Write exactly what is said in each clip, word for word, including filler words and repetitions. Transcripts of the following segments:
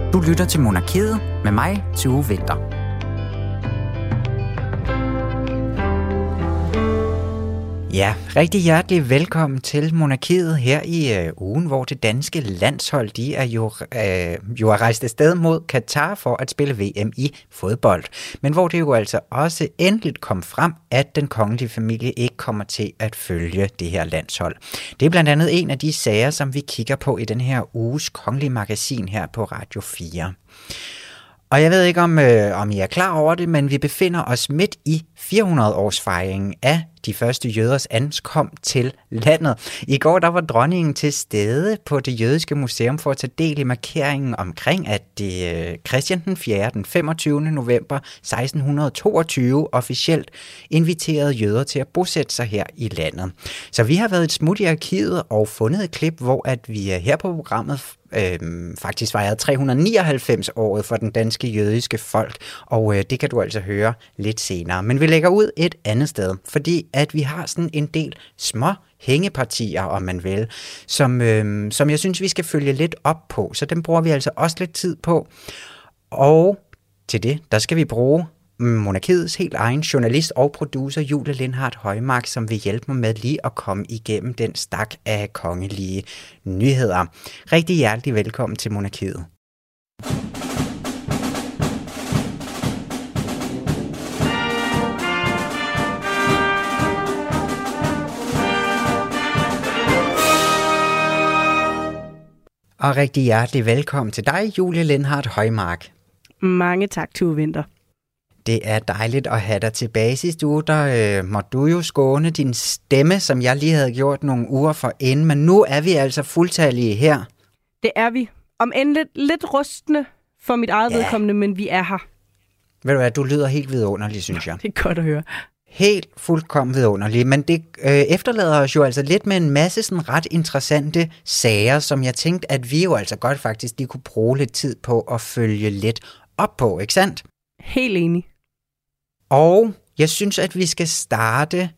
Du lytter til Monarkiet med mig, Tue Winther. Ja, rigtig hjertelig velkommen til Monarkiet her i øh, ugen, hvor det danske landshold, de er jo, øh, jo er rejst afsted mod Katar for at spille V M i fodbold. Men hvor det jo altså også endeligt kom frem, at den kongelige familie ikke kommer til at følge det her landshold. Det er blandt andet en af de sager, som vi kigger på i den her uges kongelige magasin her på Radio fire. Og jeg ved ikke, om, øh, om I er klar over det, men vi befinder os midt i fire hundrede års fejringen af de første jøders ankomst til landet. I går der var dronningen til stede på det jødiske museum for at tage del i markeringen omkring, at det, øh, Christian den fjerde den femogtyvende november seksten toogtyve officielt inviterede jøder til at bosætte sig her i landet. Så vi har været et smut i arkivet og fundet et klip, hvor at vi her på programmet Øhm, faktisk fejrede tre hundrede nioghalvfems året for den danske jødiske folk, og øh, det kan du altså høre lidt senere. Men vi lægger ud et andet sted, fordi at vi har sådan en del små hængepartier, om man vil, som, øh, som jeg synes, vi skal følge lidt op på, så dem bruger vi altså også lidt tid på. Og til det, der skal vi bruge Monarkiets helt egen journalist og producer Julie Lindhardt Højmark, som vil hjælpe mig med lige at komme igennem den stak af kongelige nyheder. Rigtig hjertelig velkommen til Monarkiet. Og rigtig hjertelig velkommen til dig, Julie Lindhardt Højmark. Mange tak, Tue Winther. Det er dejligt at have dig tilbage. Sidste uge, der øh, måtte du jo skåne din stemme, som jeg lige havde gjort nogle uger forinden, men nu er vi altså fuldtallige her. Det er vi. Om end lidt, lidt rustne for mit eget ja. vedkommende, men vi er her. Ved du hvad, du lyder helt vidunderlig, synes jeg. Det er godt at høre. Helt fuldkommen vidunderlig, men det øh, efterlader os jo altså lidt med en masse sådan ret interessante sager, som jeg tænkte, at vi jo altså godt faktisk lige kunne bruge lidt tid på at følge lidt op på, ikke sandt? Helt enig. Og jeg synes, at vi skal starte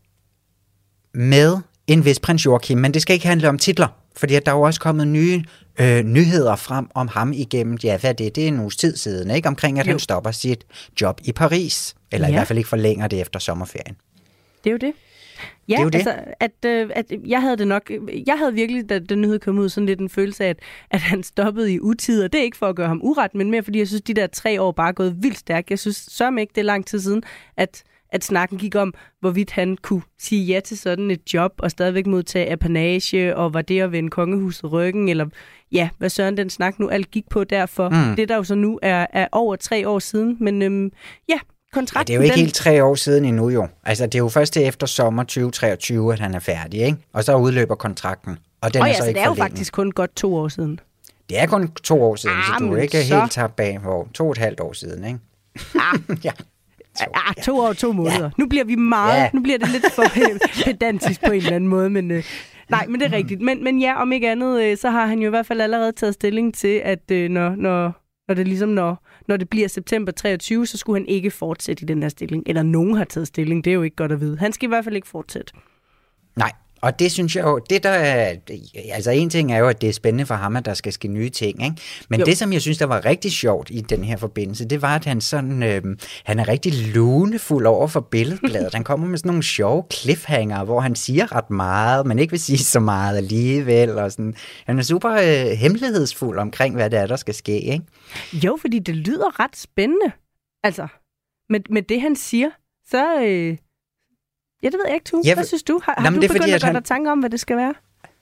med en vis prins Joachim, men det skal ikke handle om titler, fordi der er jo også kommet nye øh, nyheder frem om ham igennem, ja, hvad er det? Det er en uges tid siden, ikke? Omkring, at jo. han stopper sit job i Paris, eller ja. i hvert fald ikke forlænger det efter sommerferien. Det er jo det. Ja, det er jo det. Altså, at, øh, at jeg havde det nok, jeg havde virkelig, da den nyhed kom ud, sådan lidt en følelse af, at, at han stoppede i utid, og det er ikke for at gøre ham uret, men mere fordi jeg synes, de der tre år bare er gået vildt stærkt. Jeg synes sørme ikke, det er lang tid siden, at, at snakken gik om, hvorvidt han kunne sige ja til sådan et job, og stadigvæk modtage apanage, og var det at vende kongehuset ryggen, eller ja, hvad søren den snak nu alt gik på derfor. Mm. Det der jo så nu er, er over tre år siden, men øhm, ja, kontrakten, ja, det er jo ikke den... helt tre år siden endnu jo. Altså, det er jo først efter sommer tyve treogtyve, at han er færdig, ikke? Og så udløber kontrakten. Og den og er ja, så så ikke det er jo forlænget. faktisk kun godt to år siden. Det er kun to år siden, ah, så du er ikke så... helt tabt bag hvor to og et halvt år siden, ikke? Ah, ja. To, ah, to år og to måneder. Ja. Nu bliver vi meget, ja. nu bliver det lidt for pedantisk på en eller anden måde, men... Øh... Nej, men det er rigtigt. Men, men ja, om ikke andet, øh, så har han jo i hvert fald allerede taget stilling til, at øh, når, når, når det ligesom når, når det bliver september treogtyve, så skulle han ikke fortsætte i den her stilling. Eller nogen har taget stilling, det er jo ikke godt at vide. Han skal i hvert fald ikke fortsætte. Nej, og det synes jeg jo, det der er, altså en ting er jo, at det er spændende for ham, at der skal ske nye ting, ikke? Men jo. Det, som jeg synes, der var rigtig sjovt i den her forbindelse, det var, at han sådan, øh, han er rigtig lunefuld over for Billedbladet. Han kommer med sådan nogle sjove cliffhanger, hvor han siger ret meget, men ikke vil sige så meget alligevel, og sådan. Han er super øh, hemmelighedsfuld omkring, hvad det er, der skal ske, ikke? Jo, fordi det lyder ret spændende. Altså, med, med det, han siger, så... Øh Ja, det ved jeg ikke, Tue. Ja, hvad synes du? Har, har jamen, du det begyndt fordi, at gøre han... dig tanker om, hvad det skal være?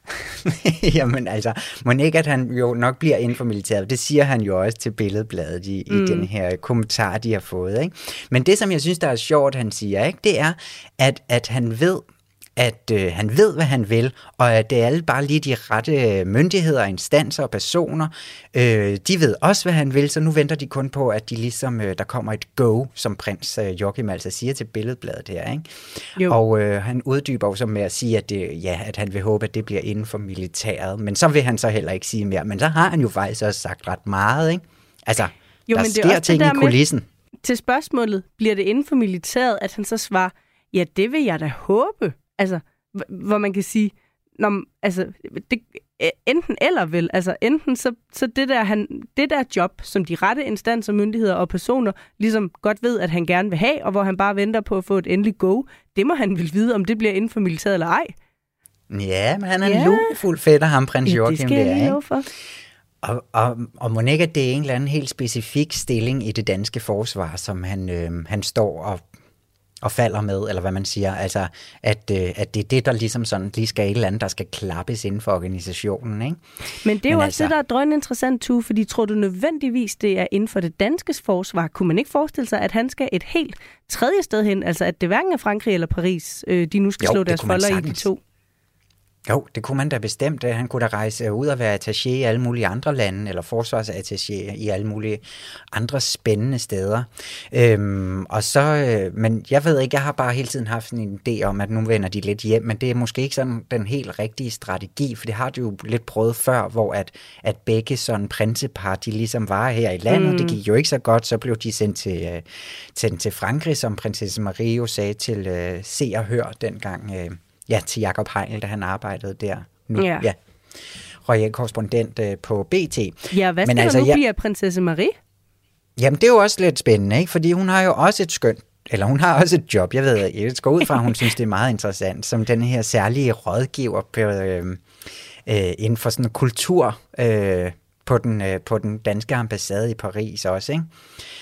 Jamen altså, må ikke, at han jo nok bliver inden for militæret. Det siger han jo også til Billedbladet i, mm. i den her kommentar, de har fået, ikke? Men det, som jeg synes, der er sjovt, han siger, ikke, det er, at, at han ved, at øh, han ved, hvad han vil, og at det er alle bare lige de rette myndigheder, instanser og personer. Øh, de ved også, hvad han vil, så nu venter de kun på, at de ligesom, øh, der kommer et go, som prins øh, Joachim altså siger til Billedbladet her, ikke? Jo. Og øh, han uddyber også med at sige, at, det, ja, at han vil håbe, at det bliver inden for militæret, men så vil han så heller ikke sige mere. Men så har han jo faktisk også sagt ret meget, ikke? Altså, jo, der sker ting i kulissen. Til spørgsmålet, bliver det inden for militæret, at han så svarer, ja, det vil jeg da håbe. Altså, hvor man kan sige, når, altså, det, enten eller vel. Altså enten så, så det, der, han, det der job, som de rette instanser, myndigheder og personer ligesom godt ved, at han gerne vil have, og hvor han bare venter på at få et endeligt go, det må han vel vide, om det bliver inden for militæret eller ej. Ja, men han er ja. en lugefuld fætter, ham prins Joachim. Ja, det skal jeg love for. Og, og, og må ikke, at det er en eller anden helt specifik stilling i det danske forsvar, som han, øh, han står og, og falder med, eller hvad man siger. Altså, at, øh, at det er det, der ligesom sådan lige skal et eller andet, der skal klappes inden for organisationen, ikke? Men det er Men jo altså, også det, der er drøn interessant, Tue, fordi tror du nødvendigvis, det er inden for det danske forsvar? Kunne man ikke forestille sig, at han skal et helt tredje sted hen? Altså, at det hverken er Frankrig eller Paris, øh, de nu skal jo, slå deres folder i de to? Jo, det kunne man da bestemt. Han kunne da rejse ud og være attaché i alle mulige andre lande, eller forsvarsattaché i alle mulige andre spændende steder. Øhm, og så, øh, men jeg ved ikke, jeg har bare hele tiden haft sådan en idé om, at nu vender de lidt hjem, men det er måske ikke sådan den helt rigtige strategi, for det har de jo lidt prøvet før, hvor at, at begge sådan prinsepar, de ligesom var her i landet, mm. det gik jo ikke så godt, så blev de sendt til, øh, sendt til Frankrig, som prinsesse Marie jo sagde til øh, Se og Hør dengang, øh, ja, til Jakob Heinl, da han arbejdede der nu. Ja. ja. Royal korrespondent øh, på B T. Ja, hvad skal Men der altså, nu ja, blive af prinsesse Marie? Jamen, det er jo også lidt spændende, ikke? Fordi hun har jo også et skønt, eller hun har også et job, jeg ved ikke, jeg skal ud fra, hun synes, det er meget interessant, som den her særlige rådgiver på, øh, øh, inden for sådan en kultur øh, på, den, øh, på den danske ambassade i Paris også, ikke?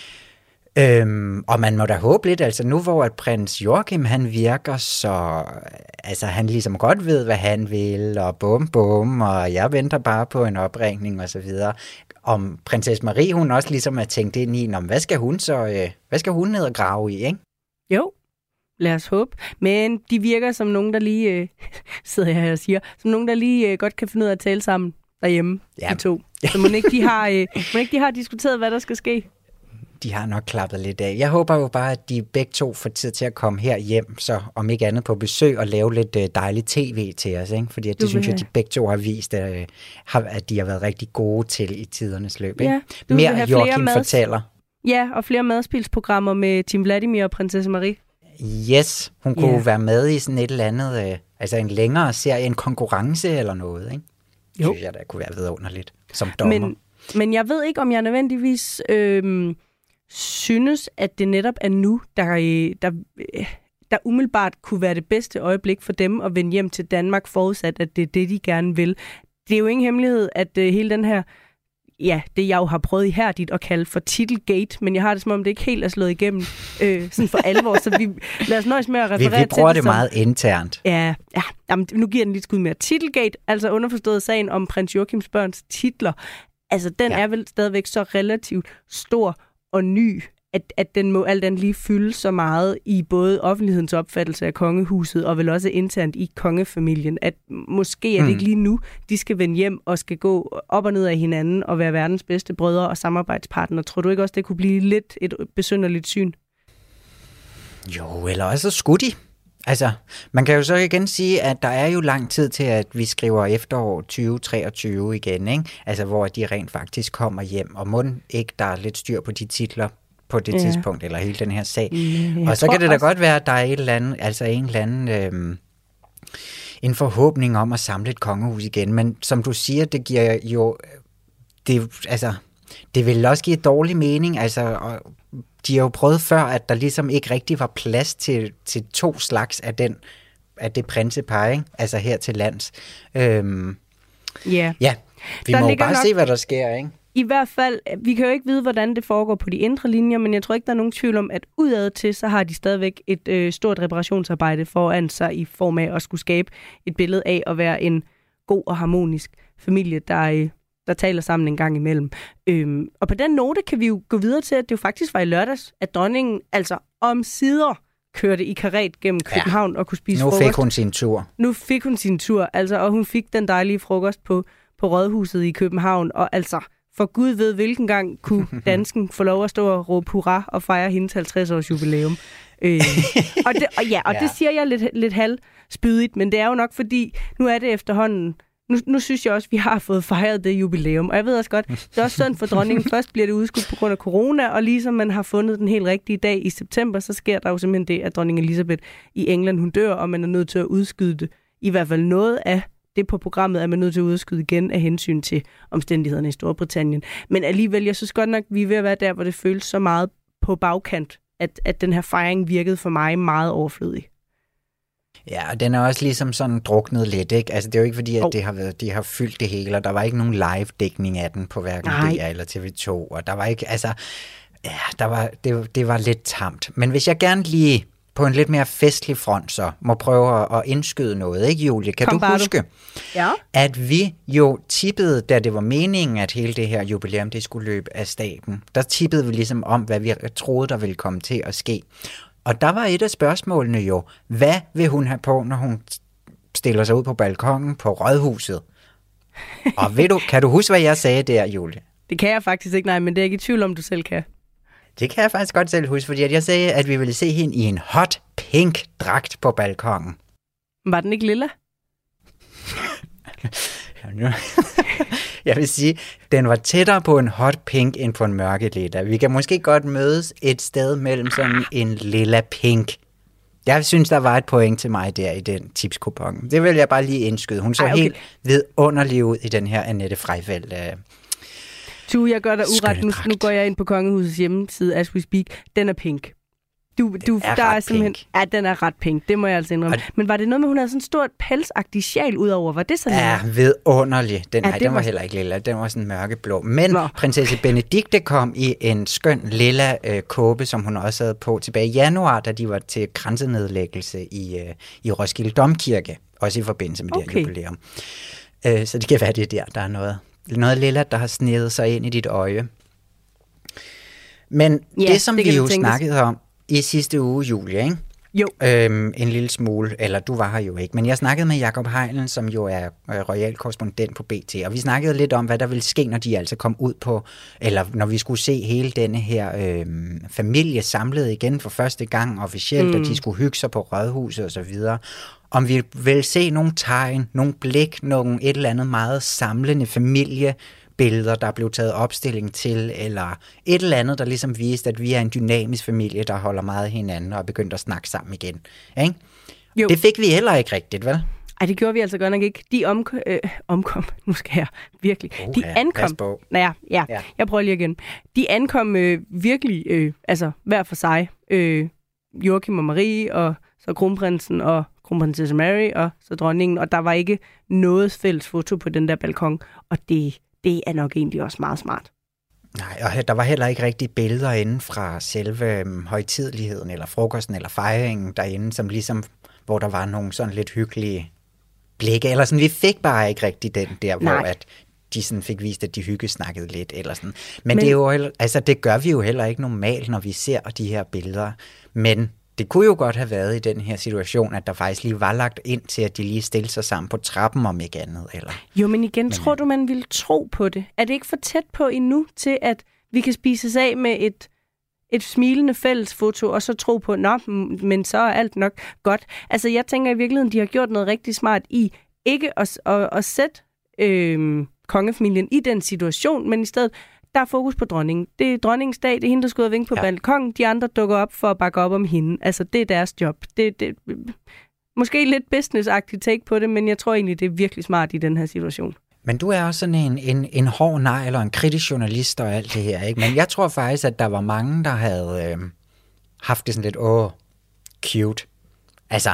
Øhm, og man må da håbe lidt, altså nu hvor at prins Joachim, han virker så, altså han ligesom godt ved, hvad han vil, og bum bum, og jeg venter bare på en opringning og så videre. Om prinsesse Marie, hun også ligesom er tænkt ind i, om hvad skal hun så, øh, hvad skal hun ned og grave i, ikke? Jo, lad os håbe. Men de virker som nogen, der lige, øh, sidder jeg her og siger, som nogen, der lige øh, godt kan finde ud af at tale sammen derhjemme, ja. De to. Så må ikke de har, øh, må ikke de har diskuteret, hvad der skal ske? De har nok klappet lidt af. Jeg håber jo bare, at de begge to får tid til at komme her hjem, så om ikke andet på besøg og lave lidt dejligt tv til os, ikke? Fordi det synes jeg, at de begge to har vist, at, at de har været rigtig gode til i tidernes løb. Ikke? Ja, mere Joachim mads... fortæller. Ja, og flere madspilsprogrammer med Team Vladimir og prinsesse Marie. Yes, hun kunne yeah. være med i sådan et eller andet, øh, altså en længere serie, en konkurrence eller noget, ikke? Jo. Synes jeg, der kunne være vidunderligt som dommer. Men, men jeg ved ikke, om jeg nødvendigvis... Øh, synes, at det netop er nu, der, der, der umiddelbart kunne være det bedste øjeblik for dem at vende hjem til Danmark, forudsat, at det er det, de gerne vil. Det er jo ingen hemmelighed, at uh, hele den her, ja, det jeg jo har prøvet ihærdigt at kalde for titelgate, men jeg har det som om, det ikke helt er slået igennem øh, sådan for alvor, så vi lad os nøjes med at referere til det. Vi, vi bruger det, det som, meget internt. Ja, ja jamen, nu giver den lidt skud mere. Titelgate, altså underforstået sagen om prins Joachims børns titler, altså den ja. er vel stadigvæk så relativt stor og ny, at, at den må alt andet lige fylde så meget i både offentlighedens opfattelse af kongehuset, og vel også internt i kongefamilien, at måske er det ikke lige nu, de skal vende hjem og skal gå op og ned af hinanden og være verdens bedste brødre og samarbejdspartnere. Tror du ikke også, det kunne blive lidt et besynderligt syn? Jo, eller også skulle de. Altså, man kan jo så igen sige, at der er jo lang tid til, at vi skriver efterår tyve treogtyve igen, ikke? Altså, hvor de rent faktisk kommer hjem, og må ikke der er lidt styr på de titler på det ja. tidspunkt, eller hele den her sag. Ja, og så kan det da også godt være, at der er et eller andet, altså en eller anden, øhm, en forhåbning om at samle et kongehus igen, men som du siger, det giver jo, det, altså, det vil også give dårlig mening, altså, og de har jo prøvet før, at der ligesom ikke rigtig var plads til, til to slags af, den, af det prinsepar, ikke? Altså her til lands. Øhm, yeah. Ja, vi der må bare nok... se, hvad der sker, ikke? I hvert fald, vi kan jo ikke vide, hvordan det foregår på de indre linjer, men jeg tror ikke, der er nogen tvivl om, at udad til, så har de stadigvæk et øh, stort reparationsarbejde foran sig i form af at skulle skabe et billede af at være en god og harmonisk familie, der, øh, der taler sammen en gang imellem. Øhm, og på den note kan vi jo gå videre til, at det jo faktisk var i lørdags, at dronningen altså omsider kørte i karret gennem København ja. og kunne spise nu frokost. Nu fik hun sin tur. Nu fik hun sin tur, altså, og hun fik den dejlige frokost på, på Rådhuset i København, og altså... For Gud ved, hvilken gang kunne dansken få lov at stå og råbe hurra og fejre hendes halvtreds års jubilæum. Øh, og det, og ja, og ja. det siger jeg lidt, lidt halvspydigt, men det er jo nok fordi, nu er det efterhånden, nu, nu synes jeg også, at vi har fået fejret det jubilæum. Og jeg ved også godt, det er også synd for dronningen. Først bliver det udskudt på grund af corona, og ligesom man har fundet den helt rigtige dag i september, så sker der jo simpelthen det, at dronning Elizabeth i England, hun dør, og man er nødt til at udskyde det. I hvert fald noget af det på programmet er man nødt til at udskyde igen af hensyn til omstændighederne i Storbritannien. Men alligevel, jeg synes godt nok, vi er ved at være der, hvor det føles så meget på bagkant, at, at den her fejring virkede for mig meget overflødig. Ja, og den er også ligesom sådan druknet lidt, ikke? Altså, det er jo ikke fordi, at oh. det har været, de har fyldt det hele, og der var ikke nogen live-dækning af den på hverken D R eller T V to, og der var ikke, altså, ja, der var, det, det var lidt tamt. Men hvis jeg gerne lige på en lidt mere festlig front, så må prøve at, at indskyde noget, ikke, Julie? Kan Kom du huske, du. Ja. at vi jo tippede, da det var meningen, at hele det her jubilæum, det skulle løbe af staten, der tippede vi ligesom om, hvad vi troede, der ville komme til at ske. Og der var et af spørgsmålene jo, hvad vil hun have på, når hun stiller sig ud på balkongen på Rådhuset? Og ved du, kan du huske, hvad jeg sagde der, Julie? Det kan jeg faktisk ikke, nej, men det er ikke i tvivl om, du selv kan. Det kan jeg faktisk godt selv huske, fordi jeg sagde, at vi ville se hende i en hot pink dragt på balkongen. Var den ikke lilla? Jeg vil sige, den var tættere på en hot pink end på en mørke lilla. Vi kan måske godt mødes et sted mellem sådan en lilla pink. Jeg synes, der var et point til mig der i den tipskupon. Det vil jeg bare lige indskyde. Hun så Ej, okay. helt vidunderlig ud i den her Annette Freifeldt. Du, jeg gør dig uret. Nu, nu går jeg ind på Kongehusets hjemmeside, as we speak. Den er pink. Du, du, er der er simpelthen, pink. Ja, den er ret pink. Det må jeg altså indrømme. Og men var det noget med, hun havde sådan et stort pelsagtigt sjal ud over? Var det sådan Ja, noget? vidunderlig. Den, ja, nej, den var, var heller ikke lilla. Den var sådan mørkeblå. Men Nå. prinsesse Benedikte kom i en skøn lilla øh, kåbe, som hun også havde på tilbage i januar, da de var til kransenedlæggelse i, øh, i Roskilde Domkirke. Også i forbindelse med okay. det her jubilæum. Øh, så det kan være, det er der, der er noget. Noget lilla, der har snedet sig ind i dit øje. Men ja, det, som det vi jo snakkede om i sidste uge, Julie, ikke? Jo. Øhm, en lille smule, eller du var her jo ikke, men jeg snakkede med Jakob Heilen, som jo er øh, royal korrespondent på B T, og vi snakkede lidt om, hvad der ville ske, når de altså kom ud på, eller når vi skulle se hele denne her øh, familie samlet igen for første gang officielt, mm. og de skulle hygge sig på Rådhuset og så videre. Om vi vil se nogle tegn, nogle blik, nogle et eller andet meget samlende familiebilleder, der blev taget opstilling til, eller et eller andet, der ligesom viste, at vi er en dynamisk familie, der holder meget af hinanden og er begyndt at snakke sammen igen. Ikke? Jo. Det fik vi heller ikke rigtigt, vel? Ej, det gjorde vi altså godt nok ikke. De omkom, øh, omkom. Nu skal jeg virkelig. Uh, de ja, ankom. Ja, ja, ja, jeg prøver lige igen. De ankom øh, virkelig, øh, altså hver for sig. Øh, Joachim og Marie, og så kronprinsen og kronprinsesse Mary, og så dronningen. Og der var ikke noget fælles foto på den der balkon. Og det, det er nok egentlig også meget smart. Nej, og der var heller ikke rigtig billeder inde fra selve um, højtideligheden, eller frokosten, eller fejringen derinde, som ligesom, hvor der var nogle sådan lidt hyggelige blikke, eller sådan, vi fik bare ikke rigtig den der, Nej. hvor at de sådan fik vist, at de hyggesnakkede lidt, eller sådan. Men, men det er jo heller, altså det gør vi jo heller ikke normalt, når vi ser de her billeder, men det kunne jo godt have været i den her situation, at der faktisk lige var lagt ind til, at de lige stillede sig sammen på trappen om ikke andet. Eller. Jo, men igen, men, tror du, man ville tro på det? Er det ikke for tæt på endnu til, at vi kan spises af med et, et smilende fællesfoto, og så tro på, nå, men så er alt nok godt. Altså, jeg tænker i virkeligheden, de har gjort noget rigtig smart i ikke at, at, at sætte øh, kongefamilien i den situation, men i stedet der er fokus på dronningen. Det er dronningens dag, det er hende, der skal ud og vinke på ja. balkongen. De andre dukker op for at bakke op om hende. Altså, det er deres job. Det, det, måske lidt business-agtigt take på det, men jeg tror egentlig, det er virkelig smart i den her situation. Men du er også sådan en, en, en hård nej, eller en kritisk journalist og alt det her, ikke? Men jeg tror faktisk, at der var mange, der havde øh, haft det sådan lidt, åh, cute. Altså,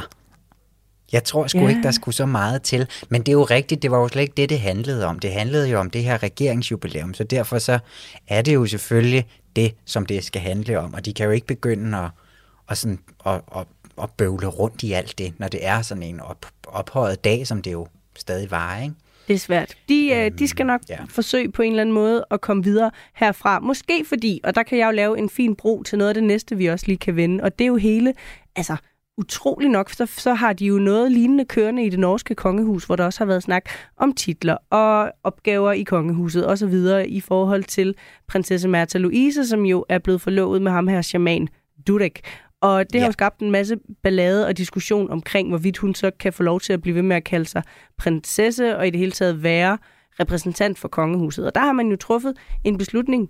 jeg tror sgu yeah. ikke, der skulle så meget til. Men det er jo rigtigt, det var jo slet ikke det, det handlede om. Det handlede jo om det her regeringsjubilæum, så derfor så er det jo selvfølgelig det, som det skal handle om. Og de kan jo ikke begynde at, at, sådan, at, at, at bøvle rundt i alt det, når det er sådan en op, ophøjet dag, som det jo stadig var, ikke? Det er svært. De, øhm, de skal nok ja. forsøge på en eller anden måde at komme videre herfra. Måske fordi, og der kan jeg jo lave en fin bro til noget af det næste, vi også lige kan vende. Og det er jo hele, altså utrolig nok, så, så har de jo noget lignende kørende i det norske kongehus, hvor der også har været snak om titler og opgaver i kongehuset og så videre i forhold til prinsesse Märtha Louise, som jo er blevet forlovet med ham her shaman Dudek. Og det ja. har jo skabt en masse ballade og diskussion omkring, hvorvidt hun så kan få lov til at blive ved med at kalde sig prinsesse og i det hele taget være repræsentant for kongehuset. Og der har man jo truffet en beslutning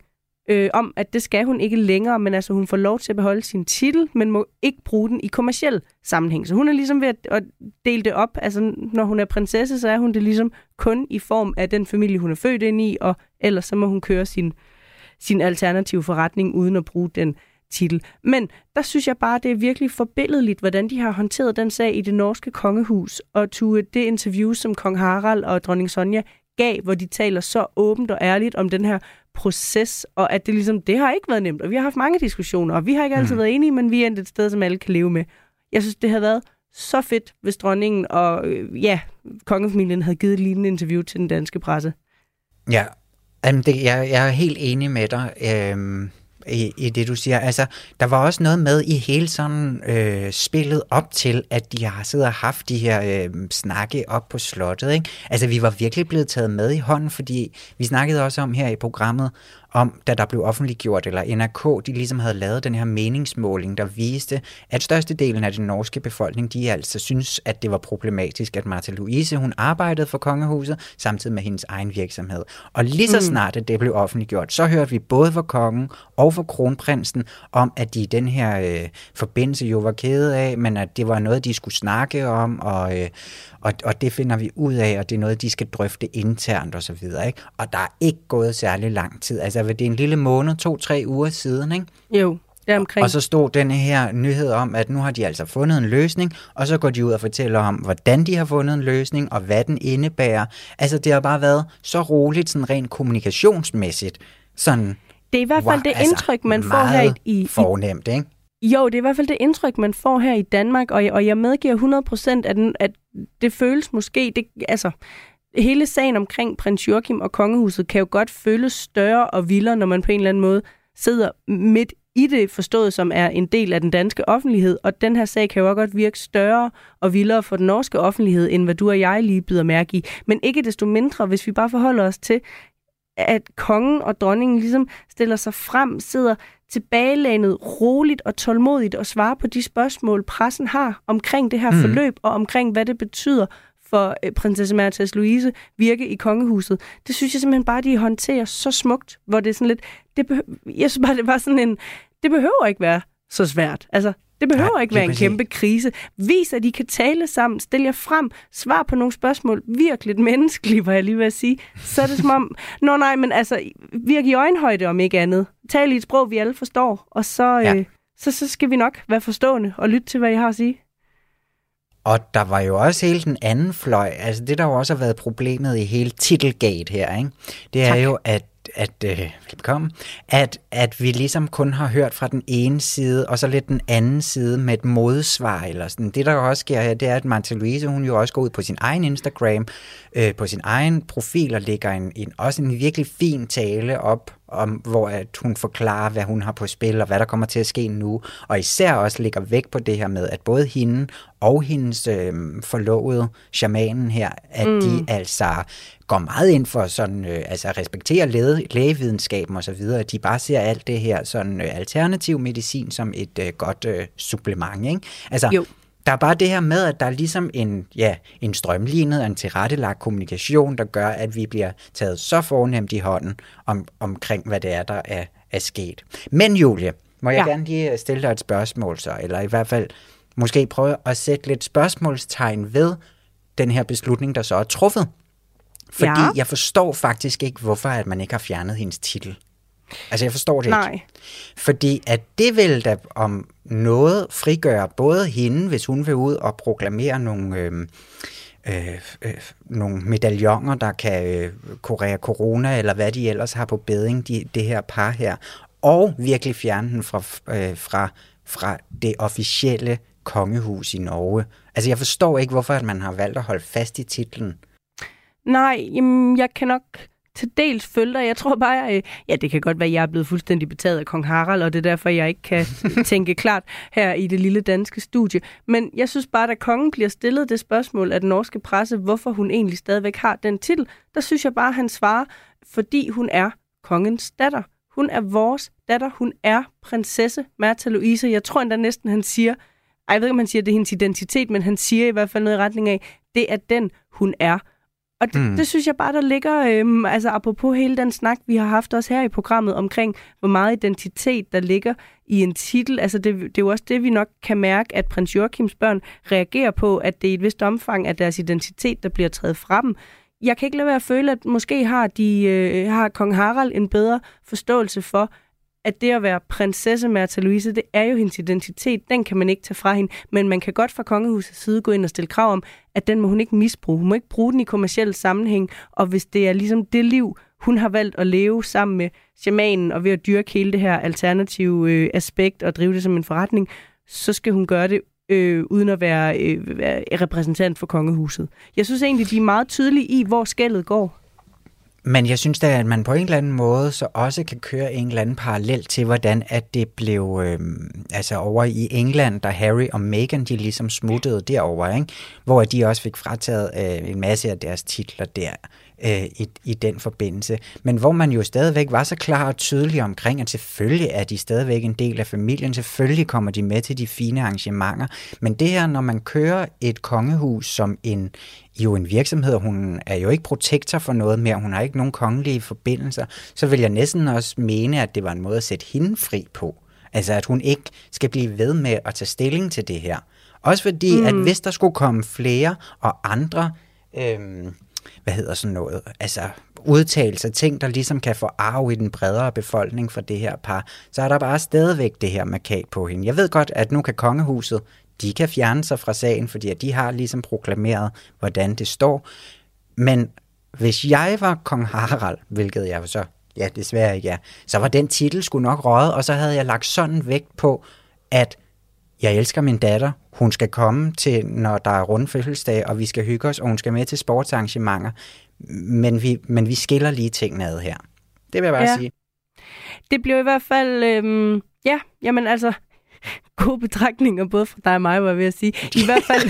øh, om, at det skal hun ikke længere, men altså hun får lov til at beholde sin titel, men må ikke bruge den i kommerciel sammenhæng. Så hun er ligesom ved at, at dele det op. Altså når hun er prinsesse, så er hun det ligesom kun i form af den familie, hun er født ind i, og ellers så må hun køre sin, sin alternative forretning uden at bruge den titel. Men der synes jeg bare, det er virkelig forbilledeligt, hvordan de har håndteret den sag i det norske kongehus, og tog det interview, som kong Harald og dronning Sonja gav, hvor de taler så åbent og ærligt om den her proces, og at det ligesom, det har ikke været nemt, og vi har haft mange diskussioner, og vi har ikke altid mm. været enige, men vi er endt et sted, som alle kan leve med. Jeg synes, det havde været så fedt, hvis dronningen og øh, ja, kongefamilien havde givet et lignende interview til den danske presse. Ja, um, det, jeg, jeg er helt enig med dig. Um I, i det, du siger. Altså, der var også noget med i hele sådan øh, spillet op til, at de har siddet og haft de her øh, snakke op på slottet, ikke? Altså, vi var virkelig blevet taget med i hånden, fordi vi snakkede også om her i programmet, om, da der blev offentliggjort, eller N R K, de ligesom havde lavet den her meningsmåling, der viste, at størstedelen af den norske befolkning, de altså synes, at det var problematisk, at Märtha Louise, hun arbejdede for kongehuset, samtidig med hendes egen virksomhed. Og lige så snart, at det blev offentliggjort, så hørte vi både fra kongen og fra kronprinsen om, at de i den her øh, forbindelse jo var kede af, men at det var noget, de skulle snakke om, og, øh, og, og det finder vi ud af, og det er noget, de skal drøfte internt og så videre, ikke? Og der er ikke gået særlig lang tid. Altså, det er en lille måned, to-tre uger siden, ikke? Jo, deromkring. Og så stod denne her nyhed om, at nu har de altså fundet en løsning, og så går de ud og fortæller om, hvordan de har fundet en løsning, og hvad den indebærer. Altså, det har bare været så roligt, sådan rent kommunikationsmæssigt. Sådan, det er i hvert fald wow, det indtryk, man får her i... i fornemt, ikke? Jo, det er i hvert fald det indtryk, man får her i Danmark, og jeg, og jeg medgiver hundrede procent, at, at det føles måske... Det, altså, hele sagen omkring prins Joachim og kongehuset kan jo godt føles større og vildere, når man på en eller anden måde sidder midt i det, forstået som er en del af den danske offentlighed, og den her sag kan jo også godt virke større og vildere for den norske offentlighed, end hvad du og jeg lige bider mærke i. Men ikke desto mindre, hvis vi bare forholder os til, at kongen og dronningen ligesom stiller sig frem, sidder tilbagelænet, roligt og tålmodigt og svarer på de spørgsmål, pressen har omkring det her mm. forløb, og omkring, hvad det betyder for øh, prinsesse Märtha Louise virke i kongehuset. Det synes jeg simpelthen bare, de håndterer så smukt, hvor det er sådan lidt, det behø- jeg synes bare, det var sådan en, det behøver ikke være så svært. Altså, det behøver Nej, ikke være en præcis. kæmpe krise. Vis, at de kan tale sammen, stil jer frem, svar på nogle spørgsmål, virkelig menneskeligt, var jeg lige ved at sige. Så er det som om, nå nej, men altså, virk i øjenhøjde om ikke andet. Tal i et sprog, vi alle forstår, og så, ja. øh, så, så skal vi nok være forstående og lytte til, hvad I har at sige. Og der var jo også hele den anden fløj, altså det der jo også har været problemet i hele titelgate her, ikke? Det er tak. jo, at at, øh, velkommen, at, at vi ligesom kun har hørt fra den ene side, og så lidt den anden side med et modsvar, eller sådan. Det der jo også sker her, det er, at Märtha Louise, hun jo også går ud på sin egen Instagram, øh, på sin egen profil, og lægger en, en, også en virkelig fin tale op, om, hvor at hun forklarer, hvad hun har på spil, og hvad der kommer til at ske nu, og især også lægger vægt på det her med, at både hende og hendes øh, forlovede shamanen her, at mm. de altså går meget ind for sådan, øh, altså respekterer læge, lægevidenskaben og så videre, at de bare ser alt det her sådan øh, alternativ medicin som et øh, godt øh, supplement, ikke? Altså, jo. Der er bare det her med, at der er ligesom en, ja, en strømlignet og en tilrettelagt kommunikation, der gør, at vi bliver taget så fornemt i hånden om, omkring, hvad det er, der er, er sket. Men Julie, må jeg ja. gerne lige stille dig et spørgsmål så, eller i hvert fald måske prøve at sætte lidt spørgsmålstegn ved den her beslutning, der så er truffet. Fordi ja. jeg forstår faktisk ikke, hvorfor at man ikke har fjernet hendes titel. Altså, jeg forstår det Nej. ikke. Fordi at det vil da om noget frigøre både hende, hvis hun vil ud og proklamere nogle, øh, øh, øh, nogle medaljoner, der kan øh, kurere corona, eller hvad de ellers har på beding, de, det her par her, og virkelig fjerne den fra, øh, fra, fra det officielle kongehus i Norge. Altså, jeg forstår ikke, hvorfor at man har valgt at holde fast i titlen. Nej, jamen, jeg kan nok til dels følge dig. Jeg tror bare, jeg, ja, det kan godt være, at jeg er blevet fuldstændig betaget af kong Harald, og det er derfor, jeg ikke kan tænke klart her i det lille danske studie. Men jeg synes bare, at kongen bliver stillet det spørgsmål af den norske presse, hvorfor hun egentlig stadigvæk har den titel, der synes jeg bare, at han svarer, fordi hun er kongens datter. Hun er vores datter. Hun er prinsesse Märtha Louise. Jeg tror endda næsten, han siger, ej, jeg ved ikke, om han siger, at det er hendes identitet, men han siger i hvert fald noget i retning af, det er den, hun er. Og det, mm. det synes jeg bare, der ligger, øhm, altså apropos hele den snak, vi har haft også her i programmet omkring, hvor meget identitet der ligger i en titel. Altså det, det er jo også det, vi nok kan mærke, at prins Joachims børn reagerer på, at det i et vist omfang er deres identitet, der bliver taget fra dem. Jeg kan ikke lade være at føle, at måske har, de, øh, har kong Harald en bedre forståelse for, at det at være prinsesse Märtha Louise, det er jo hendes identitet. Den kan man ikke tage fra hende, men man kan godt fra kongehusets side gå ind og stille krav om, at den må hun ikke misbruge. Hun må ikke bruge den i kommerciel sammenhæng, og hvis det er ligesom det liv, hun har valgt at leve sammen med shamanen og ved at dyrke hele det her alternative øh, aspekt og drive det som en forretning, så skal hun gøre det øh, uden at være, øh, være repræsentant for kongehuset. Jeg synes egentlig, de er meget tydelige i, hvor skellet går. Men jeg synes da, at man på en eller anden måde så også kan køre en eller anden parallel til, hvordan at det blev øh, altså over i England, da Harry og Meghan de ligesom smuttede derover, ikke? Hvor de også fik frataget øh, en masse af deres titler der øh, i, i den forbindelse. Men hvor man jo stadigvæk var så klar og tydelig omkring, at selvfølgelig er de stadigvæk en del af familien, selvfølgelig kommer de med til de fine arrangementer. Men det her, når man kører et kongehus som en jo en virksomhed, hun er jo ikke protektor for noget mere, hun har ikke nogen kongelige forbindelser, så vil jeg næsten også mene, at det var en måde at sætte hende fri på. Altså, at hun ikke skal blive ved med at tage stilling til det her. Også fordi, mm. at hvis der skulle komme flere og andre, øhm, hvad hedder sådan noget, altså udtalelser, ting, der ligesom kan få arv i den bredere befolkning for det her par, så er der bare stadigvæk det her markat på hende. Jeg ved godt, at nu kan kongehuset de kan fjerne sig fra sagen, fordi at de har ligesom proklameret, hvordan det står. Men hvis jeg var kong Harald, hvilket jeg så ja, desværre ikke er, så var den titel sgu nok røget, og så havde jeg lagt sådan vægt på, at jeg elsker min datter, hun skal komme til, når der er runde fødselsdag, og vi skal hygge os, og hun skal med til sportsarrangementer, men vi, men vi skiller lige tingene ad her. Det vil jeg bare ja. sige. Det blev i hvert fald, øhm, ja, jamen altså, gode betragtninger, både fra dig og mig, var jeg ved at sige. I hvert fald,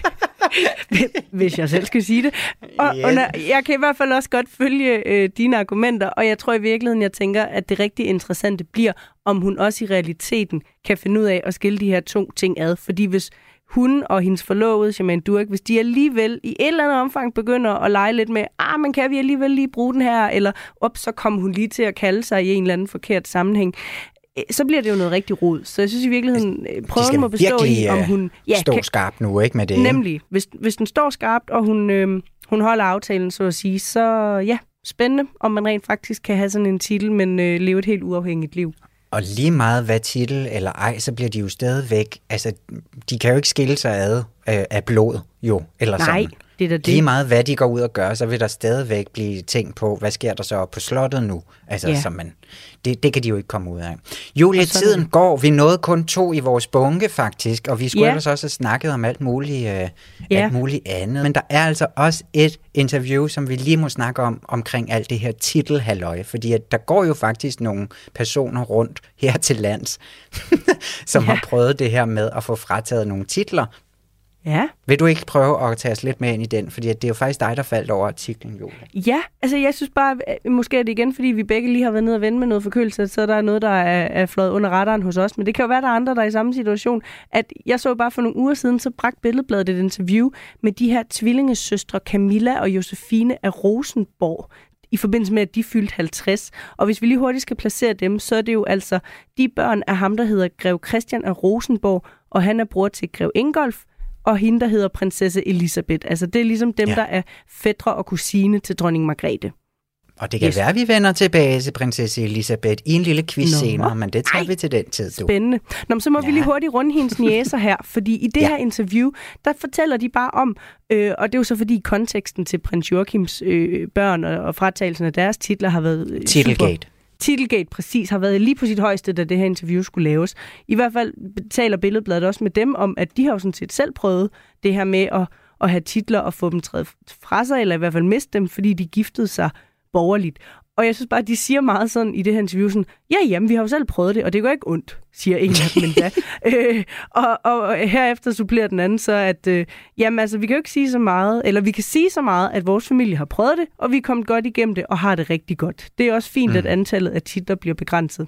hvis jeg selv skal sige det. Og, yes. og når, jeg kan i hvert fald også godt følge øh, dine argumenter, og jeg tror i virkeligheden, jeg tænker, at det rigtig interessante bliver, om hun også i realiteten kan finde ud af at skille de her to ting ad. Fordi hvis hun og hendes forlovede, Shaman Durek, hvis de alligevel i et eller andet omfang begynder at lege lidt med, ah, men kan vi alligevel lige bruge den her, eller op, så kommer hun lige til at kalde sig i en eller anden forkert sammenhæng, så bliver det jo noget rigtig rod. Så jeg synes i virkeligheden, prøven må bestå i, om hun ja, stå kan, skarpt nu, ikke med det? Nemlig. Hvis, hvis den står skarpt, og hun, øh, hun holder aftalen, så at sige, så ja, spændende, om man rent faktisk kan have sådan en titel, men øh, leve et helt uafhængigt liv. Og lige meget hvad titel eller ej, så bliver de jo stadigvæk, altså de kan jo ikke skille sig ad øh, af blod, jo, eller Nej, sådan. det er da det. Lige meget hvad de går ud og gør, så vil der stadigvæk blive tænkt på, hvad sker der så på slottet nu? Altså, ja. så man, det, det kan de jo ikke komme ud af. Julie, tiden går. Vi nåede kun to i vores bunke faktisk, og vi skulle ja. ellers også have snakket om alt muligt, øh, ja. alt muligt andet. Men der er altså også et interview, som vi lige må snakke om, omkring alt det her titelhalløj, fordi at der går jo faktisk nogle personer rundt her til lands, som ja. har prøvet det her med at få frataget nogle titler. Ja. Vil du ikke prøve at tage os lidt med ind i den? Fordi det er jo faktisk dig, der faldt over artiklen, Julie. Ja, altså jeg synes bare, måske er det igen, fordi vi begge lige har været nede og vende med noget forkølelse, så der er noget, der er, er fløjet under radaren hos os. Men det kan jo være, der er andre, der er i samme situation. At jeg så bare for nogle uger siden, så bragte Billedbladet et interview med de her tvillingesøstre Camilla og Josefine af Rosenborg, i forbindelse med, at de fyldte halvtreds. Og hvis vi lige hurtigt skal placere dem, så er det jo altså de børn af ham, der hedder Grev Christian af Rosenborg, og han er bror til Grev Ingolf, og hende, der hedder prinsesse Elisabeth. Altså, det er ligesom dem, ja. der er fætre og kusine til dronning Margrethe. Og det kan yes. være, at vi vender tilbage til prinsesse Elisabeth i en lille quiz Nå. senere, men det tager Ej. vi til den tid. Du. Spændende. Nå, så må ja. vi lige hurtigt runde hendes niæser her, fordi i det ja. her interview, der fortæller de bare om, øh, og det er jo så fordi konteksten til prins Joachims øh, børn og, og fratagelsen af deres titler har været øh, Titelgate. Titelgate præcis har været lige på sit højeste, da det her interview skulle laves. I hvert fald taler Billedbladet også med dem om, at de har jo sådan set selv prøvet det her med at, at have titler og få dem trædet fra sig, eller i hvert fald miste dem, fordi de giftede sig borgerligt. Og jeg synes bare, at de siger meget sådan i det her interview, sådan, ja, jamen, vi har jo selv prøvet det, og det går ikke ondt, siger en af dem endda. øh, og, og herefter supplerer den anden så, at øh, jamen, altså, vi kan jo ikke sige så meget, eller vi kan sige så meget, at vores familie har prøvet det, og vi er kommet godt igennem det, og har det rigtig godt. Det er også fint, mm. at antallet af titler bliver begrænset.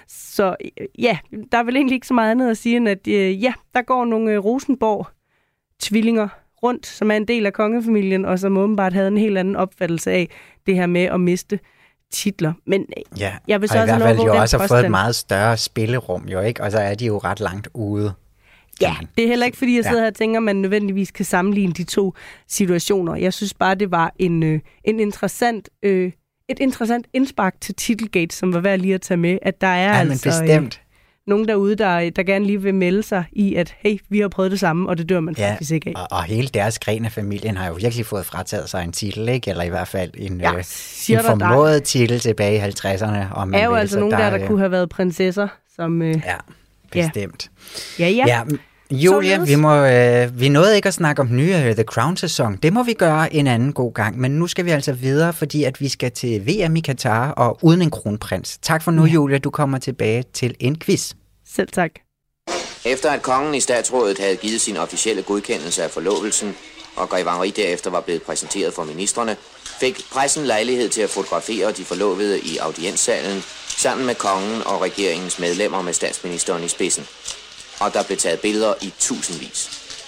Så ja, der er vel egentlig ikke så meget andet at sige, end at øh, ja, der går nogle øh, Rosenborg-tvillinger rundt, som er en del af kongefamilien, og som åbenbart havde en helt anden opfattelse af det her med at miste titler. Men ja, jeg vil så og også i hvert fald jo også har fået et meget meget større spillerum, jo ikke? Og så er de jo ret langt ude. Ja, det er heller ikke, fordi jeg sidder ja. her og tænker, at man nødvendigvis kan sammenligne de to situationer. Jeg synes bare, det var en, øh, en interessant, øh, et interessant indspark til Titelgate, som var værd lige at tage med, at der er ja, altså bestemt. Øh, nogen derude, der, der gerne lige vil melde sig i, at hey, vi har prøvet det samme, og det dør man ja, faktisk ikke af. Og, og hele deres gren af familien har jo virkelig fået frataget sig en titel, ikke? Eller i hvert fald en, ja, øh, en formået titel tilbage i halvtredserne. Om man er jo vil, altså nogen der, der, der kunne have været prinsesser, som... Øh, ja, bestemt. Ja, ja. ja. ja Julia, vi, må, øh, vi nåede ikke at snakke om den nye uh, The Crown-sæson. Det må vi gøre en anden god gang, men nu skal vi altså videre, fordi at vi skal til V M i Katar og uden en kronprins. Tak for nu, ja. Julia. Du kommer tilbage til en quiz. Selv tak. Efter at kongen i statsrådet havde givet sin officielle godkendelse af forlovelsen, og Grev Henri derefter var blevet præsenteret for ministrene, fik pressen lejlighed til at fotografere de forlovede i audienssalen sammen med kongen og regeringens medlemmer med statsministeren i spidsen. Og der blev taget billeder i tusindvis.